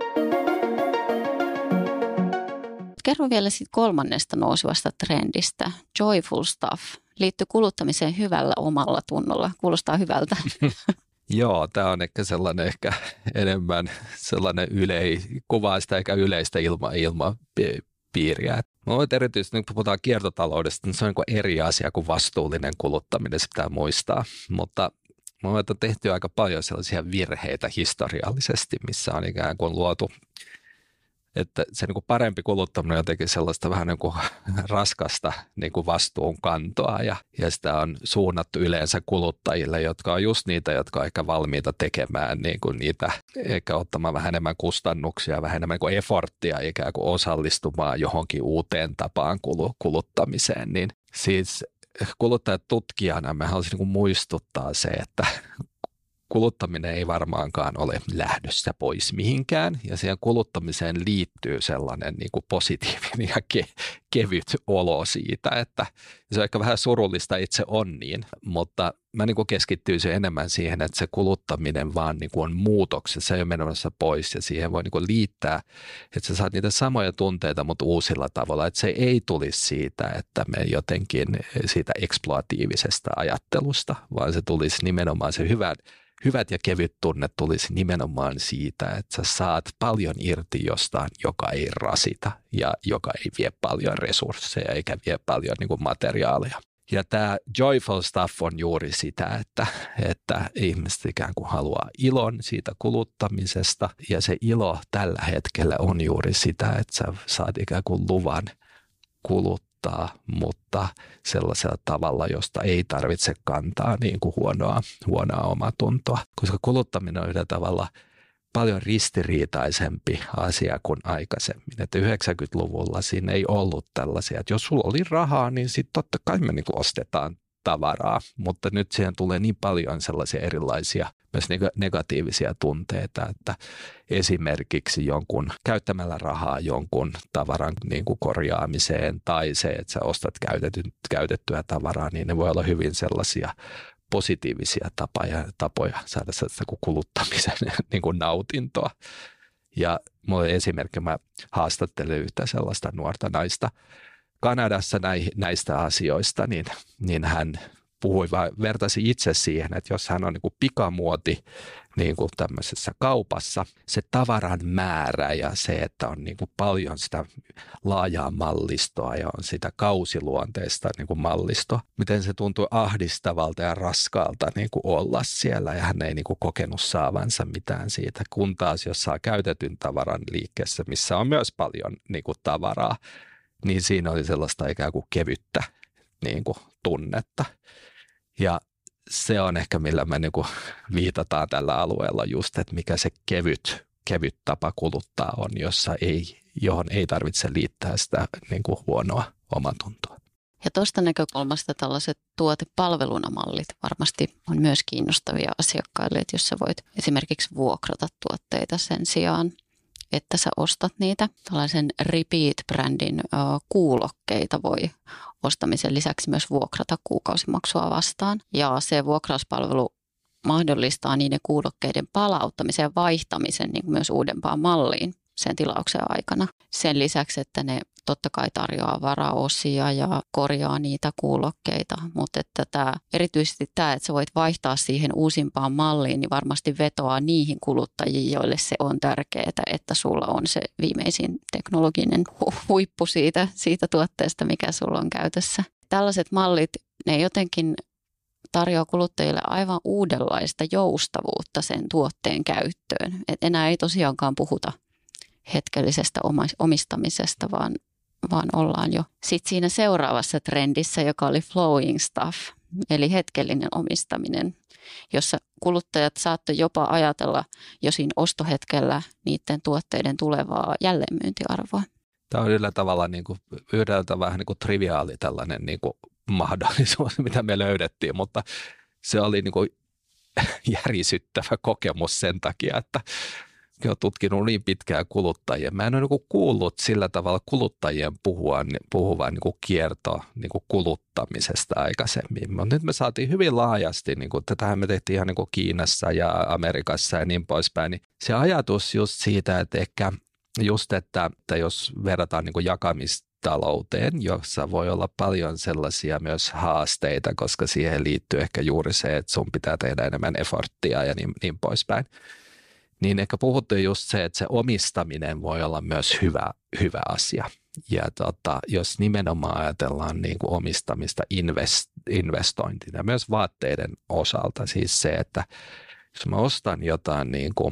Kerron vielä sitten kolmannesta nousevasta trendistä, joyful stuff. Liittyy kuluttamiseen hyvällä omalla tunnolla. Kuulostaa hyvältä. Joo, tämä on ehkä enemmän sellainen kuvaa sitä eikä yleistä ilmapiiriä. Mä voin erityisesti, kun puhutaan kiertotaloudesta, niin se on niin eri asia kuin vastuullinen kuluttaminen, se pitää muistaa. Mutta mä on tehty aika paljon sellaisia virheitä historiallisesti, missä on ikään kuin luotu, että se niin kuin parempi kuluttaminen on jotenkin sellaista vähän niin kuin raskasta niin kuin vastuunkantoa ja sitä on suunnattu yleensä kuluttajille, jotka on just niitä, jotka on ehkä valmiita tekemään niin kuin niitä, eikä ottamaan vähän enemmän kustannuksia, vähän enemmän kuin efforttia ikään kuin osallistumaan johonkin uuteen tapaan kuluttamiseen. Niin siis kuluttajat tutkijana me haluaisin niin kuin muistuttaa se, että kuluttaminen ei varmaankaan ole lähdössä pois mihinkään ja siihen kuluttamiseen liittyy sellainen niin kuin positiivinen ja kevyt olo siitä, että se on ehkä vähän surullista itse on niin, mutta mä niin kuin keskittyisin enemmän siihen, että se kuluttaminen vaan niin kuin on muutoksessa, se ei ole menossa pois ja siihen voi niin kuin liittää, että sä saat niitä samoja tunteita, mutta uusilla tavalla, että se ei tulisi siitä, että me jotenkin siitä eksploatiivisesta ajattelusta, vaan se tulisi nimenomaan se hyvät ja kevyt tunne tulisi nimenomaan siitä, että sä saat paljon irti jostain, joka ei rasita ja joka ei vie paljon resursseja eikä vie paljon niin kuin materiaaleja. Ja tämä joyful stuff on juuri sitä, että ihmiset ikään kuin haluaa ilon siitä kuluttamisesta ja se ilo tällä hetkellä on juuri sitä, että sä saat ikään kuin luvan kuluttaa, mutta sellaisella tavalla, josta ei tarvitse kantaa niin kuin huonoa omatuntoa, koska kuluttaminen on yhdellä tavalla paljon ristiriitaisempi asia kuin aikaisemmin. Että 90-luvulla siinä ei ollut tällaisia, että jos sulla oli rahaa, niin sitten totta kai me niin kuin ostetaan tavaraa, mutta nyt siihen tulee niin paljon sellaisia erilaisia myös negatiivisia tunteita, että esimerkiksi jonkun käyttämällä rahaa jonkun tavaran niin kuin korjaamiseen tai se, että sä ostat käytettyä tavaraa, niin ne voi olla hyvin sellaisia positiivisia tapoja saada sellaista kuluttamisen niin kuin nautintoa. Ja mulla oli esimerkki, mä haastattelin yhtä sellaista nuorta naista Kanadassa näistä asioista, niin hän vertasi itse siihen, että jos hän on niin kuin pikamuoti niin kuin tämmöisessä kaupassa, se tavaran määrä ja se, että on niin kuin paljon sitä laajaa mallistoa ja on sitä kausiluonteista niin kuin mallistoa, miten se tuntui ahdistavalta ja raskaalta niin kuin olla siellä ja hän ei niin kuin kokenut saavansa mitään siitä, kun taas jos saa käytetyn tavaran liikkeessä, missä on myös paljon niin kuin tavaraa, niin siinä oli sellaista ikään kuin kevyttä niin kuin tunnetta. Ja se on ehkä, millä me niin kuin viitataan tällä alueella just, että mikä se kevyt tapa kuluttaa on, johon ei tarvitse liittää sitä niin kuin huonoa omatuntoa. Ja tuosta näkökulmasta tällaiset tuotepalveluna mallit varmasti on myös kiinnostavia asiakkaille, että jos sä voit esimerkiksi vuokrata tuotteita sen sijaan, että sä ostat niitä. Tällaisen Repeat-brändin kuulokkeita voi ostamisen lisäksi myös vuokrata kuukausimaksua vastaan. Ja se vuokrauspalvelu mahdollistaa niiden kuulokkeiden palauttamisen ja vaihtamisen niin myös uudempaan malliin sen tilauksen aikana. Sen lisäksi, että ne totta kai tarjoaa varaosia ja korjaa niitä kuulokkeita, mutta että erityisesti tämä, että sä voit vaihtaa siihen uusimpaan malliin, niin varmasti vetoaa niihin kuluttajiin, joille se on tärkeää, että sulla on se viimeisin teknologinen huippu siitä tuotteesta, mikä sulla on käytössä. Tällaiset mallit, ne jotenkin tarjoaa kuluttajille aivan uudenlaista joustavuutta sen tuotteen käyttöön. Et enää ei tosiaankaan puhuta hetkellisestä omistamisesta, vaan ollaan jo sitten siinä seuraavassa trendissä, joka oli flowing stuff, eli hetkellinen omistaminen, jossa kuluttajat saattoi jopa ajatella jo siinä ostohetkellä niiden tuotteiden tulevaa jälleenmyyntiarvoa. Tämä on yhdellä vähän niin kuin triviaali tällainen niin kuin mahdollisuus, mitä me löydettiin, mutta se oli niin kuin järisyttävä kokemus sen takia, että olen tutkinut niin pitkään kuluttajia. Mä en ole niin kuullut sillä tavalla kuluttajien puhuvan niin kuluttamisesta aikaisemmin. Mutta nyt me saatiin hyvin laajasti, tätähän me tehtiin ihan niin Kiinassa ja Amerikassa ja niin poispäin. Niin se ajatus just siitä, että ehkä just, että jos verrataan niin jakamistalouteen, jossa voi olla paljon sellaisia myös haasteita, koska siihen liittyy ehkä juuri se, että sun pitää tehdä enemmän efforttia ja niin poispäin. Niin ehkä puhuttiin just se, että se omistaminen voi olla myös hyvä asia. Ja jos nimenomaan ajatellaan niin kuin omistamista investointina, myös vaatteiden osalta, siis se, että jos mä ostan jotain niin kuin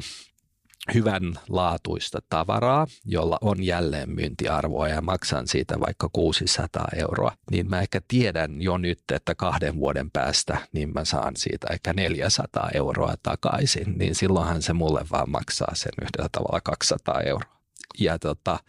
hyvänlaatuista tavaraa, jolla on jälleenmyyntiarvoa ja maksan siitä vaikka 600 €, niin mä ehkä tiedän jo nyt, että 2 vuoden päästä niin mä saan siitä ehkä 400 € takaisin, niin silloinhan se mulle vaan maksaa sen yhdellä tavalla 200 €. Ja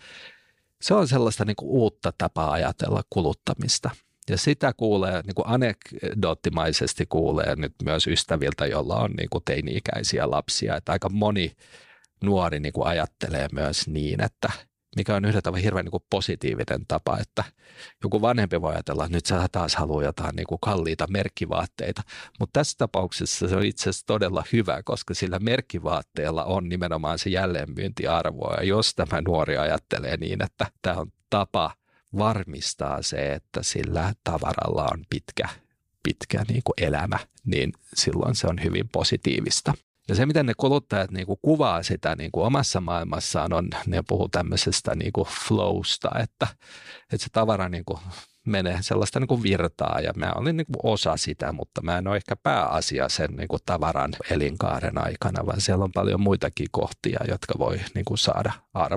se on sellaista niin kuin uutta tapaa ajatella kuluttamista. Ja sitä kuulee, niin kuin anekdoottimaisesti kuulee nyt myös ystäviltä, joilla on niin kuin teini-ikäisiä lapsia, että aika moni nuori niin kuin ajattelee myös niin, että mikä on yhdellä tavalla hirveän niin kuin positiivinen tapa, että joku vanhempi voi ajatella, että nyt sä taas haluaa jotain niin kuin kalliita merkkivaatteita, mutta tässä tapauksessa se on itse asiassa todella hyvä, koska sillä merkkivaatteella on nimenomaan se jälleenmyyntiarvo, ja jos tämä nuori ajattelee niin, että tämä on tapa varmistaa se, että sillä tavaralla on pitkä niin kuin elämä, niin silloin se on hyvin positiivista. Ja se, miten ne kuluttajat niin kuin kuvaa sitä niin kuin omassa maailmassaan, ne puhuu tämmöisestä niin kuin flowsta, että se tavara niin kuin menee sellaista niin kuin virtaa, ja mä olin niin kuin osa sitä, mutta mä en ole ehkä pääasia sen niin kuin tavaran elinkaaren aikana, vaan siellä on paljon muitakin kohtia, jotka voi niin kuin saada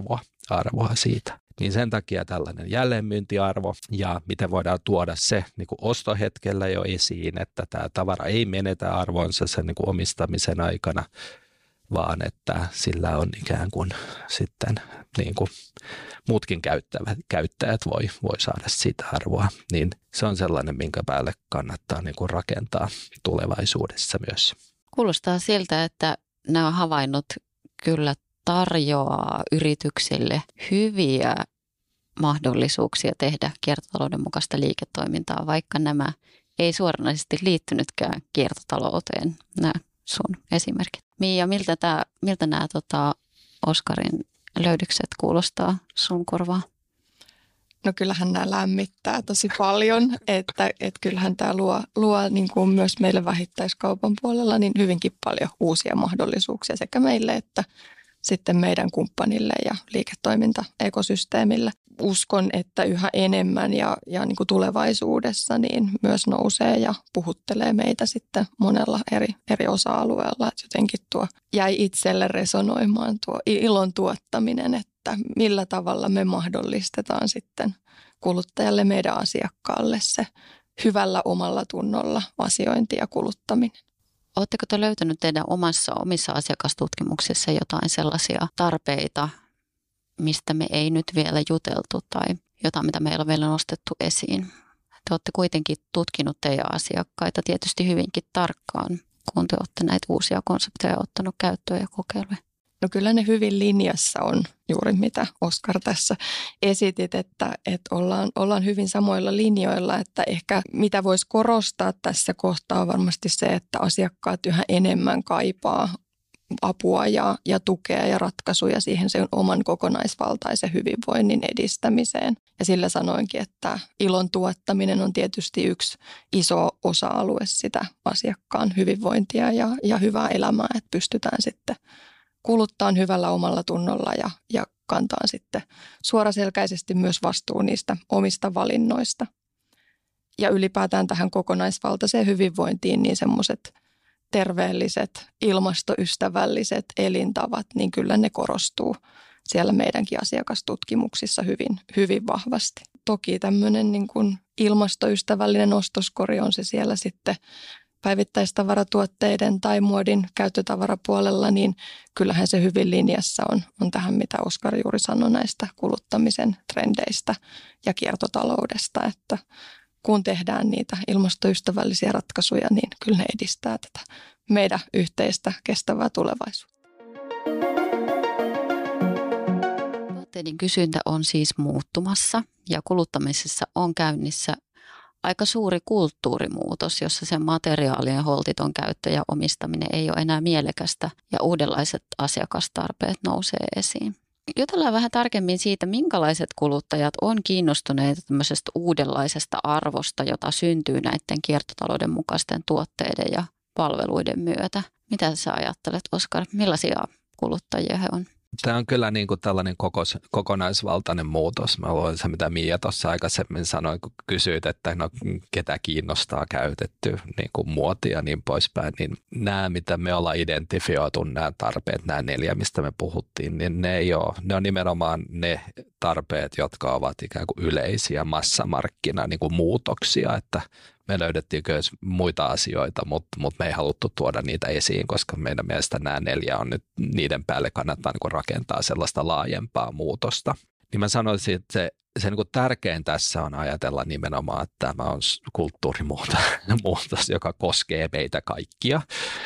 arvoa siitä. Niin sen takia tällainen jälleenmyyntiarvo ja miten voidaan tuoda se niin kuin ostohetkellä jo esiin, että tämä tavara ei menetä arvonsa sen niin kuin omistamisen aikana, vaan että sillä on ikään kuin sitten niin kuin muutkin käyttäjät voi saada siitä arvoa. Niin se on sellainen, minkä päälle kannattaa niin kuin rakentaa tulevaisuudessa myös. Kuulostaa siltä, että nämä havainnot kyllä tarjoaa yrityksille hyviä mahdollisuuksia tehdä kiertotalouden mukaista liiketoimintaa, vaikka nämä ei suoranaisesti liittynytkään kiertotalouteen nämä sun esimerkit. Miia, miltä nämä Oskarin löydökset kuulostaa sun korvaan? No kyllähän nämä lämmittää tosi paljon, että kyllähän tämä luo niin kuin myös meille vähittäiskaupan puolella niin hyvinkin paljon uusia mahdollisuuksia sekä meille että sitten meidän kumppanille ja liiketoimintaekosysteemille. Uskon, että yhä enemmän ja niin kuin tulevaisuudessa niin myös nousee ja puhuttelee meitä sitten monella eri osa-alueella. Että jotenkin tuo jäi itselle resonoimaan tuo ilon tuottaminen, että millä tavalla me mahdollistetaan sitten kuluttajalle, meidän asiakkaalle se hyvällä omalla tunnolla asiointi ja kuluttaminen. Oletteko te löytänyt teidän omissa asiakastutkimuksissa jotain sellaisia tarpeita, mistä me ei nyt vielä juteltu tai jotain, mitä meillä on vielä nostettu esiin? Te olette kuitenkin tutkinut teidän asiakkaita tietysti hyvinkin tarkkaan, kun te olette näitä uusia konsepteja ottanut käyttöön ja kokeiluja. No kyllä ne hyvin linjassa on juuri mitä Oskar tässä esitit, että ollaan hyvin samoilla linjoilla, että ehkä mitä voisi korostaa tässä kohtaa on varmasti se, että asiakkaat yhä enemmän kaipaa apua ja tukea ja ratkaisuja siihen sen oman kokonaisvaltaisen hyvinvoinnin edistämiseen. Ja sillä sanoinkin, että ilon tuottaminen on tietysti yksi iso osa-alue sitä asiakkaan hyvinvointia ja hyvää elämää, että pystytään sitten kuluttaa hyvällä omalla tunnolla ja kantaa sitten suoraselkäisesti myös vastuu niistä omista valinnoista. Ja ylipäätään tähän kokonaisvaltaiseen hyvinvointiin niin semmoiset terveelliset, ilmastoystävälliset elintavat, niin kyllä ne korostuu siellä meidänkin asiakastutkimuksissa hyvin, hyvin vahvasti. Toki tämmöinen niin kuin ilmastoystävällinen ostoskori on se siellä sitten päivittäistavaratuotteiden tai muodin käyttötavarapuolella, niin kyllähän se hyvin linjassa on tähän, mitä Oskar juuri sanoi näistä kuluttamisen trendeistä ja kiertotaloudesta, että kun tehdään niitä ilmastoystävällisiä ratkaisuja, niin kyllä ne edistää tätä meidän yhteistä kestävää tulevaisuutta. Tuotteiden kysyntä on siis muuttumassa ja kuluttamisessa on käynnissä aika suuri kulttuurimuutos, jossa sen materiaalien holtiton käyttö ja omistaminen ei ole enää mielekästä ja uudenlaiset asiakastarpeet nousee esiin. Jutellaan vähän tarkemmin siitä, minkälaiset kuluttajat on kiinnostuneita tämmöisestä uudenlaisesta arvosta, jota syntyy näiden kiertotalouden mukaisten tuotteiden ja palveluiden myötä. Mitä sä ajattelet, Oskar? Millaisia kuluttajia he on? Tämä on kyllä niin kuin tällainen kokonaisvaltainen muutos. Mä luulen se, mitä Miia tuossa aikaisemmin sanoi, kun kysyit, että no, ketä kiinnostaa käytetty niin kuin muotia ja niin poispäin. Niin nämä, mitä me ollaan identifioitu, nämä tarpeet, nämä 4, mistä me puhuttiin, niin ne on nimenomaan ne tarpeet, jotka ovat ikään kuin yleisiä massamarkkina niin kuin muutoksia, että me löydettiin myös muita asioita, mutta me ei haluttu tuoda niitä esiin, koska meidän mielestä nämä 4 on nyt, niiden päälle kannattaa niin kuin rakentaa sellaista laajempaa muutosta. Niin mä sanoisin, että se niin kuin tärkein tässä on ajatella nimenomaan, että tämä on kulttuurimuutos, joka koskee meitä kaikkia.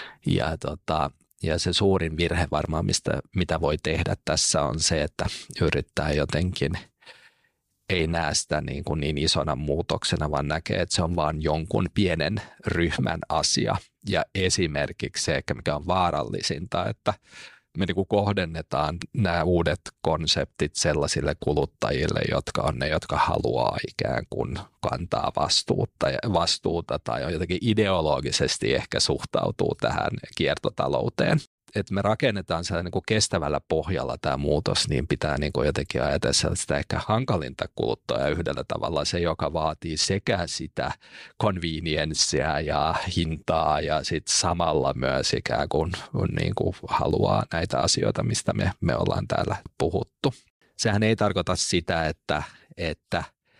Ja se suurin virhe varmaan, mitä voi tehdä tässä on se, että yrittää jotenkin ei näe sitä niin isona muutoksena, vaan näkee, että se on vain jonkun pienen ryhmän asia. Ja esimerkiksi se, mikä on vaarallisinta, että me niin kuin kohdennetaan nämä uudet konseptit sellaisille kuluttajille, jotka on ne, jotka haluaa ikään kuin kantaa vastuuta tai on jotenkin ideologisesti ehkä suhtautuu tähän kiertotalouteen. Että me rakennetaan niin kuin kestävällä pohjalla tämä muutos, niin pitää niin kuin jotenkin ajatella sitä ehkä hankalinta kuluttajaa yhdellä tavalla. Se, joka vaatii sekä sitä convenienceä ja hintaa ja sitten samalla myös ikään kuin, niin kuin haluaa näitä asioita, mistä me ollaan täällä puhuttu. Sehän ei tarkoita sitä, että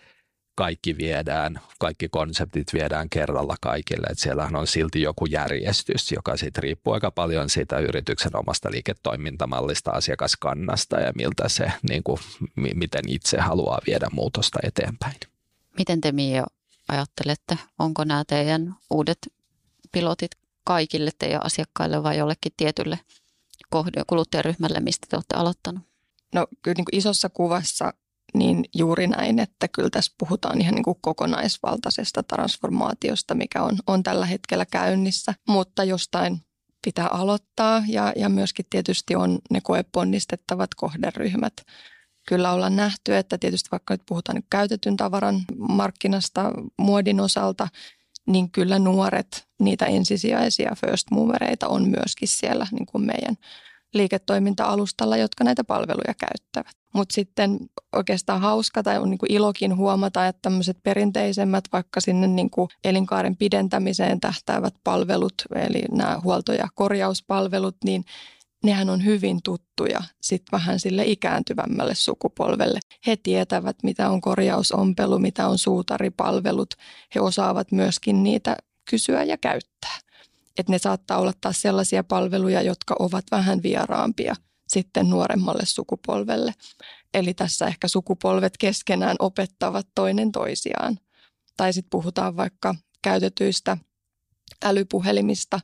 kaikki konseptit viedään kerralla kaikille. Että siellähän on silti joku järjestys, joka sitten riippuu aika paljon siitä yrityksen omasta liiketoimintamallista, asiakaskannasta ja miltä se, niin kuin, miten itse haluaa viedä muutosta eteenpäin. Miten te, Miia, ajattelette, onko nämä teidän uudet pilotit kaikille teidän asiakkaille vai jollekin tietylle kuluttajaryhmälle, mistä te olette aloittanut? No kyllä niin kuin isossa kuvassa niin juuri näin, että kyllä tässä puhutaan ihan niin kuin kokonaisvaltaisesta transformaatiosta, mikä on tällä hetkellä käynnissä, mutta jostain pitää aloittaa ja myöskin tietysti on ne koeponnistettavat kohderyhmät. Kyllä ollaan nähty, että tietysti vaikka nyt puhutaan nyt käytetyn tavaran markkinasta muodin osalta, niin kyllä nuoret, niitä ensisijaisia first movereita on myöskin siellä niin kuin meidän liiketoiminta-alustalla, jotka näitä palveluja käyttävät. Mutta sitten oikeastaan hauska tai on niin kuin ilokin huomata, että tämmöiset perinteisemmät vaikka sinne niin kuin elinkaaren pidentämiseen tähtäävät palvelut, eli nämä huolto- ja korjauspalvelut, niin nehän on hyvin tuttuja sitten vähän sille ikääntyvämmälle sukupolvelle. He tietävät, mitä on korjausompelu, mitä on suutaripalvelut. He osaavat myöskin niitä kysyä ja käyttää. Että ne saattaa olla taas sellaisia palveluja, jotka ovat vähän vieraampia sitten nuoremmalle sukupolvelle. Eli tässä ehkä sukupolvet keskenään opettavat toinen toisiaan. Tai sitten puhutaan vaikka käytetyistä älypuhelimista.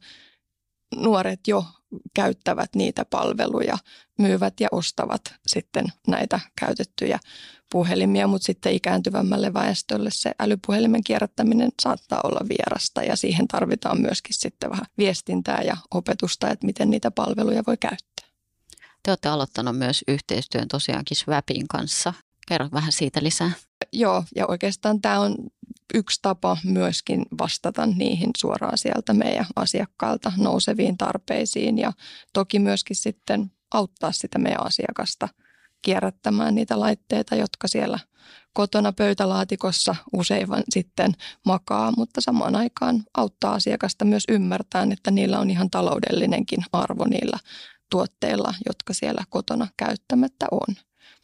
Nuoret jo käyttävät niitä palveluja, myyvät ja ostavat sitten näitä käytettyjä puhelimia, mutta sitten ikääntyvämmälle väestölle se älypuhelimen kierrättäminen saattaa olla vierasta ja siihen tarvitaan myöskin sitten vähän viestintää ja opetusta, että miten niitä palveluja voi käyttää. Te olette aloittanut myös yhteistyön tosiaankin Swapin kanssa. Kerro vähän siitä lisää. Joo, ja oikeastaan tämä on yksi tapa myöskin vastata niihin suoraan sieltä meidän asiakkailta nouseviin tarpeisiin ja toki myöskin sitten auttaa sitä meidän asiakasta kierrättämään niitä laitteita, jotka siellä kotona pöytälaatikossa usein sitten makaa, mutta samaan aikaan auttaa asiakasta myös ymmärtämään, että niillä on ihan taloudellinenkin arvo niillä tuotteilla, jotka siellä kotona käyttämättä on.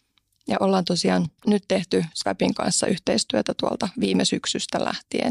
Ja ollaan tosiaan nyt tehty Swapin kanssa yhteistyötä tuolta viime syksystä lähtien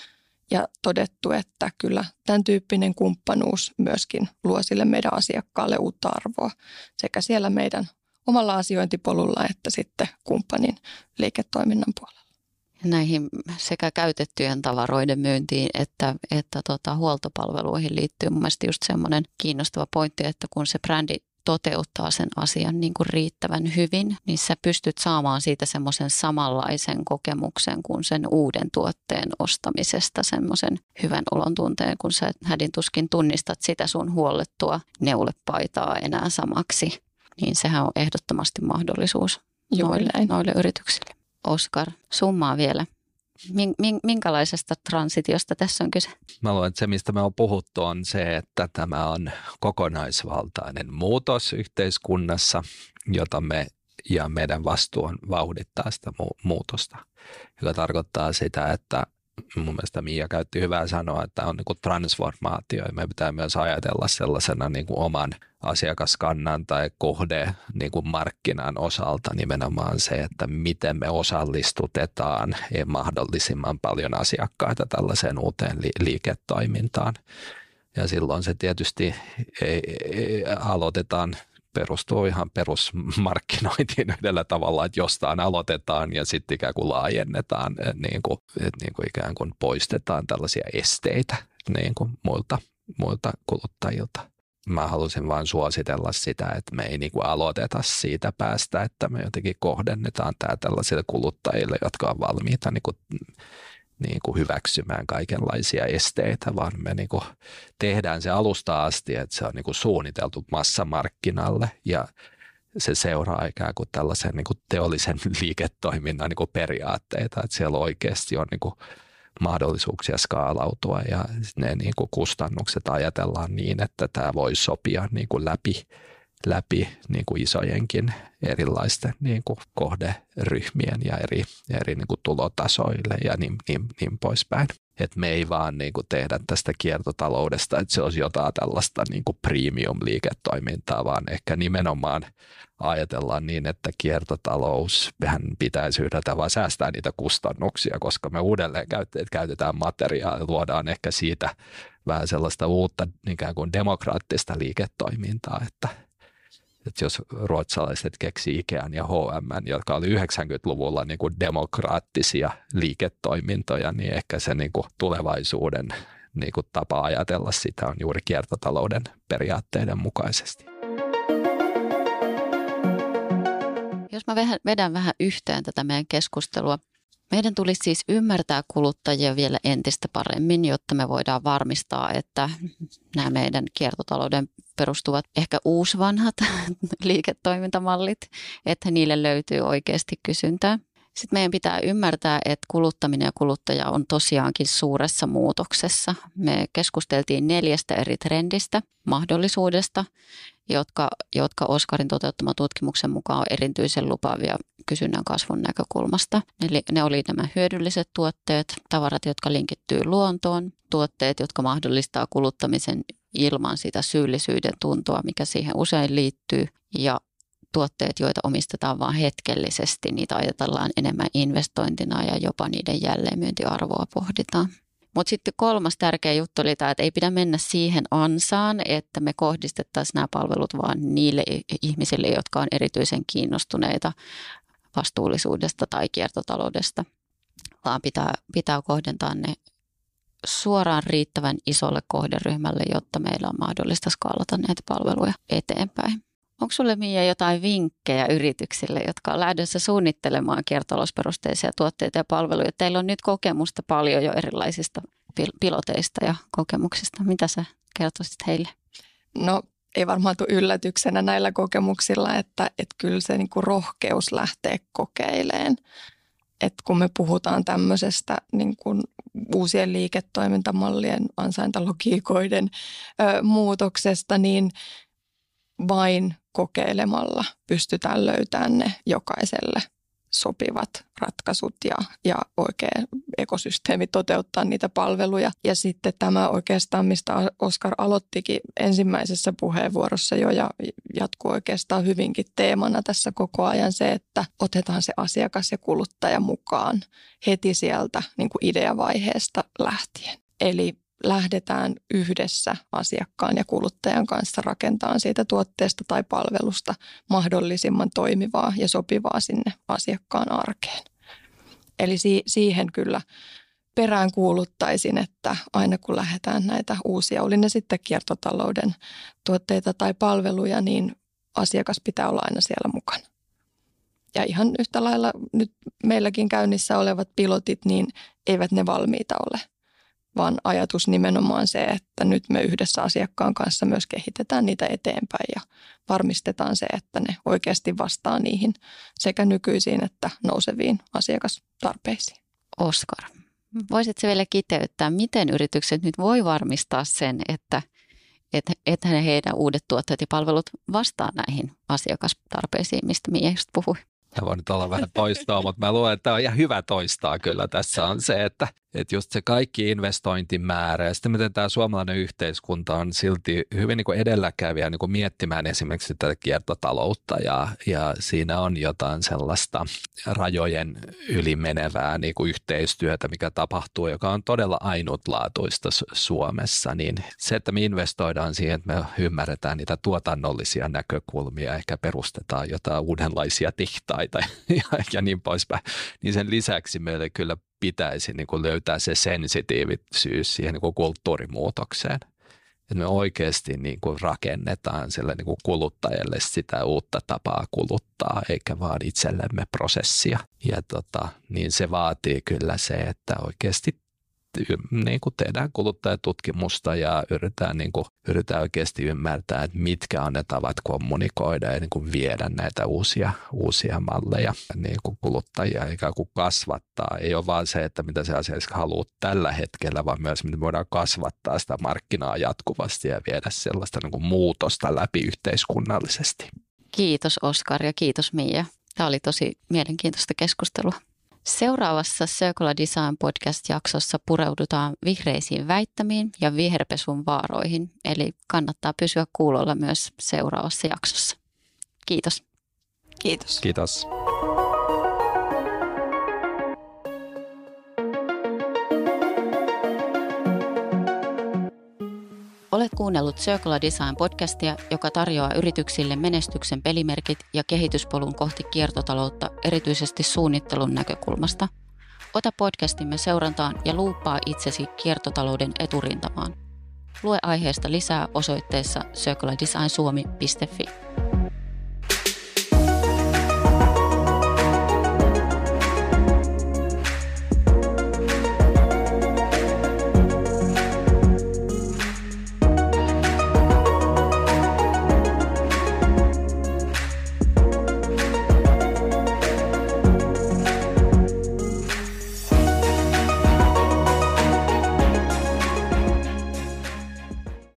ja todettu, että kyllä tämän tyyppinen kumppanuus myöskin luo sille meidän asiakkaalle uutta arvoa sekä siellä meidän omalla asiointipolulla että sitten kumppanin liiketoiminnan puolella. Näihin sekä käytettyjen tavaroiden myyntiin että huoltopalveluihin liittyy mun mielestä just semmoinen kiinnostava pointti, että kun se brändi toteuttaa sen asian niin kuin riittävän hyvin, niin sä pystyt saamaan siitä semmoisen samanlaisen kokemuksen kuin sen uuden tuotteen ostamisesta, semmoisen hyvän olon tunteen, kun sä hädintuskin tunnistat sitä sun huollettua neulepaitaa enää samaksi. Niin sehän on ehdottomasti mahdollisuus noille yrityksille. Oskar, summaa vielä. Minkälaisesta transitiosta tässä on kyse? Mä luulen, että se, mistä me on puhuttu, on se, että tämä on kokonaisvaltainen muutos yhteiskunnassa, jota meidän vastuu on vauhdittaa sitä muutosta, joka tarkoittaa sitä, että mun mielestä Mia käytti hyvää sanoa, että on niin kuin transformaatio ja me pitää myös ajatella sellaisena niin kuin oman asiakaskannan tai kohde niin kuin markkinan osalta nimenomaan se, että miten me osallistutetaan mahdollisimman paljon asiakkaita tällaiseen uuteen liiketoimintaan. Ja silloin se tietysti aloitetaan perustuu ihan perusmarkkinointiin yhdellä tavalla, että jostain aloitetaan ja sitten ikään kuin laajennetaan, niin kuin ikään kuin poistetaan tällaisia esteitä niin kuin muilta kuluttajilta. Mä halusin vain suositella sitä, että me ei niin kuin aloiteta siitä päästä, että me jotenkin kohdennetaan tämä tällaisille kuluttajille, jotka on valmiita niin kuin hyväksymään kaikenlaisia esteitä, vaan me niin kuin tehdään se alusta asti, että se on niin kuin suunniteltu massamarkkinalle ja se seuraa ikään kuin tällaisen niin kuin teollisen liiketoiminnan niin kuin periaatteita, että siellä oikeasti on niin kuin mahdollisuuksia skaalautua ja ne niin kuin kustannukset ajatellaan niin, että tämä voi sopia niin kuin läpi niin kuin isojenkin erilaisten niin kuin kohderyhmien ja eri niin kuin tulotasoille ja niin poispäin. Et me ei vaan niin kuin tehdä tästä kiertotaloudesta, että se olisi jotain tällaista niin kuin premium-liiketoimintaa, vaan ehkä nimenomaan ajatellaan niin, että kiertotalous vähän pitäisi yhdellä tavalla säästää niitä kustannuksia, koska me uudelleen käytetään materiaalia, luodaan ehkä siitä vähän sellaista uutta ikään kuin demokraattista liiketoimintaa, että jos ruotsalaiset keksi Ikean ja H&M, jotka oli 90-luvulla niin kuin demokraattisia liiketoimintoja, niin ehkä se niin kuin tulevaisuuden niin kuin tapa ajatella sitä on juuri kiertotalouden periaatteiden mukaisesti. Jos mä vedän vähän yhteen tätä meidän keskustelua, meidän tulisi siis ymmärtää kuluttajia vielä entistä paremmin, jotta me voidaan varmistaa, että nämä meidän kiertotalouden perustuvat ehkä uusvanhat liiketoimintamallit, että niille löytyy oikeasti kysyntää. Sitten meidän pitää ymmärtää, että kuluttaminen ja kuluttaja on tosiaankin suuressa muutoksessa. Me keskusteltiin 4 eri trendistä, mahdollisuudesta, jotka Oskarin toteuttama tutkimuksen mukaan on erityisen lupaavia kysynnän kasvun näkökulmasta. Eli ne oli nämä hyödylliset tuotteet, tavarat, jotka linkittyy luontoon, tuotteet, jotka mahdollistaa kuluttamisen ilman sitä syyllisyyden tuntoa, mikä siihen usein liittyy, ja tuotteet, joita omistetaan vain hetkellisesti, niitä ajatellaan enemmän investointina ja jopa niiden jälleenmyyntiarvoa pohditaan. Mutta sitten 3. tärkeä juttu oli tämä, että ei pidä mennä siihen ansaan, että me kohdistettaisiin nämä palvelut vaan niille ihmisille, jotka on erityisen kiinnostuneita vastuullisuudesta tai kiertotaloudesta, vaan pitää kohdentaa ne suoraan riittävän isolle kohderyhmälle, jotta meillä on mahdollista skaalata näitä palveluja eteenpäin. Onko sulle, Mia, jotain vinkkejä yrityksille, jotka on lähdössä suunnittelemaan kiertotalousperusteisia tuotteita ja palveluja? Teillä on nyt kokemusta paljon jo erilaisista piloteista ja kokemuksista. Mitä sä kertoisit heille? No ei varmaan tule yllätyksenä näillä kokemuksilla, että kyllä se niin kuin rohkeus lähtee kokeileen. Että kun me puhutaan tämmöisestä niin kuin uusien liiketoimintamallien, ansaintalogiikoiden muutoksesta, niin vain kokeilemalla pystytään löytämään ne jokaiselle sopivat ratkaisut ja oikea ekosysteemi toteuttaa niitä palveluja. Ja sitten tämä oikeastaan, mistä Oskar aloittikin ensimmäisessä puheenvuorossa jo ja jatkuu oikeastaan hyvinkin teemana tässä koko ajan se, että otetaan se asiakas ja kuluttaja mukaan heti sieltä niin kuin ideavaiheesta lähtien. Eli lähdetään yhdessä asiakkaan ja kuluttajan kanssa rakentamaan siitä tuotteesta tai palvelusta mahdollisimman toimivaa ja sopivaa sinne asiakkaan arkeen. Eli siihen kyllä perään kuuluttaisin, että aina kun lähdetään näitä uusia, oli ne sitten kiertotalouden tuotteita tai palveluja, niin asiakas pitää olla aina siellä mukana. Ja ihan yhtä lailla nyt meilläkin käynnissä olevat pilotit, niin eivät ne valmiita ole. Vaan ajatus nimenomaan se, että nyt me yhdessä asiakkaan kanssa myös kehitetään niitä eteenpäin ja varmistetaan se, että ne oikeasti vastaa niihin sekä nykyisiin että nouseviin asiakastarpeisiin. Oskar, voisitko vielä kiteyttää, miten yritykset nyt voi varmistaa sen, että heidän uudet tuotteet ja palvelut vastaa näihin asiakastarpeisiin, mistä Mia just puhui? Tämä voi nyt olla vähän toistoa, mutta mä luulen, että tämä on ihan hyvä toistaa kyllä. Tässä on se, että just se kaikki investointimäärä ja sitten miten tämä suomalainen yhteiskunta on silti hyvin niin kuin edelläkävijä niin kuin miettimään esimerkiksi tätä kiertotaloutta ja siinä on jotain sellaista rajojen ylimenevää niin kuin yhteistyötä, mikä tapahtuu, joka on todella ainutlaatuista Suomessa, niin se, että me investoidaan siihen, että me ymmärretään niitä tuotannollisia näkökulmia, ehkä perustetaan jotain uudenlaisia tehtaita ja niin poispäin, niin sen lisäksi meille kyllä pitäisi niin kuin löytää se sensitiivisyys siihen niin kuin kulttuurimuutokseen. Että me oikeasti niin kuin rakennetaan sille niin kuin kuluttajalle sitä uutta tapaa kuluttaa, eikä vaan itsellemme prosessia. Ja niin se vaatii kyllä se, että oikeasti niin kuin tehdään kuluttajatutkimusta ja yritetään oikeasti ymmärtää, että mitkä on ne tavat kommunikoida ja niin kuin viedä näitä uusia malleja niin kuin kuluttajia ikään kuin kasvattaa. Ei ole vaan se, että mitä se asiakas haluaa tällä hetkellä, vaan myös miten voidaan kasvattaa sitä markkinaa jatkuvasti ja viedä sellaista niin kuin muutosta läpi yhteiskunnallisesti. Kiitos Oskar ja kiitos Mia. Tämä oli tosi mielenkiintoista keskustelua. Seuraavassa Circular Design podcast-jaksossa pureudutaan vihreisiin väittämiin ja viherpesun vaaroihin, eli kannattaa pysyä kuulolla myös seuraavassa jaksossa. Kiitos. Kiitos. Kiitos. Olet kuunnellut Circular Design podcastia, joka tarjoaa yrityksille menestyksen pelimerkit ja kehityspolun kohti kiertotaloutta erityisesti suunnittelun näkökulmasta. Ota podcastimme seurantaan ja luuppaa itsesi kiertotalouden eturintamaan. Lue aiheesta lisää osoitteessa circulardesignsuomi.fi.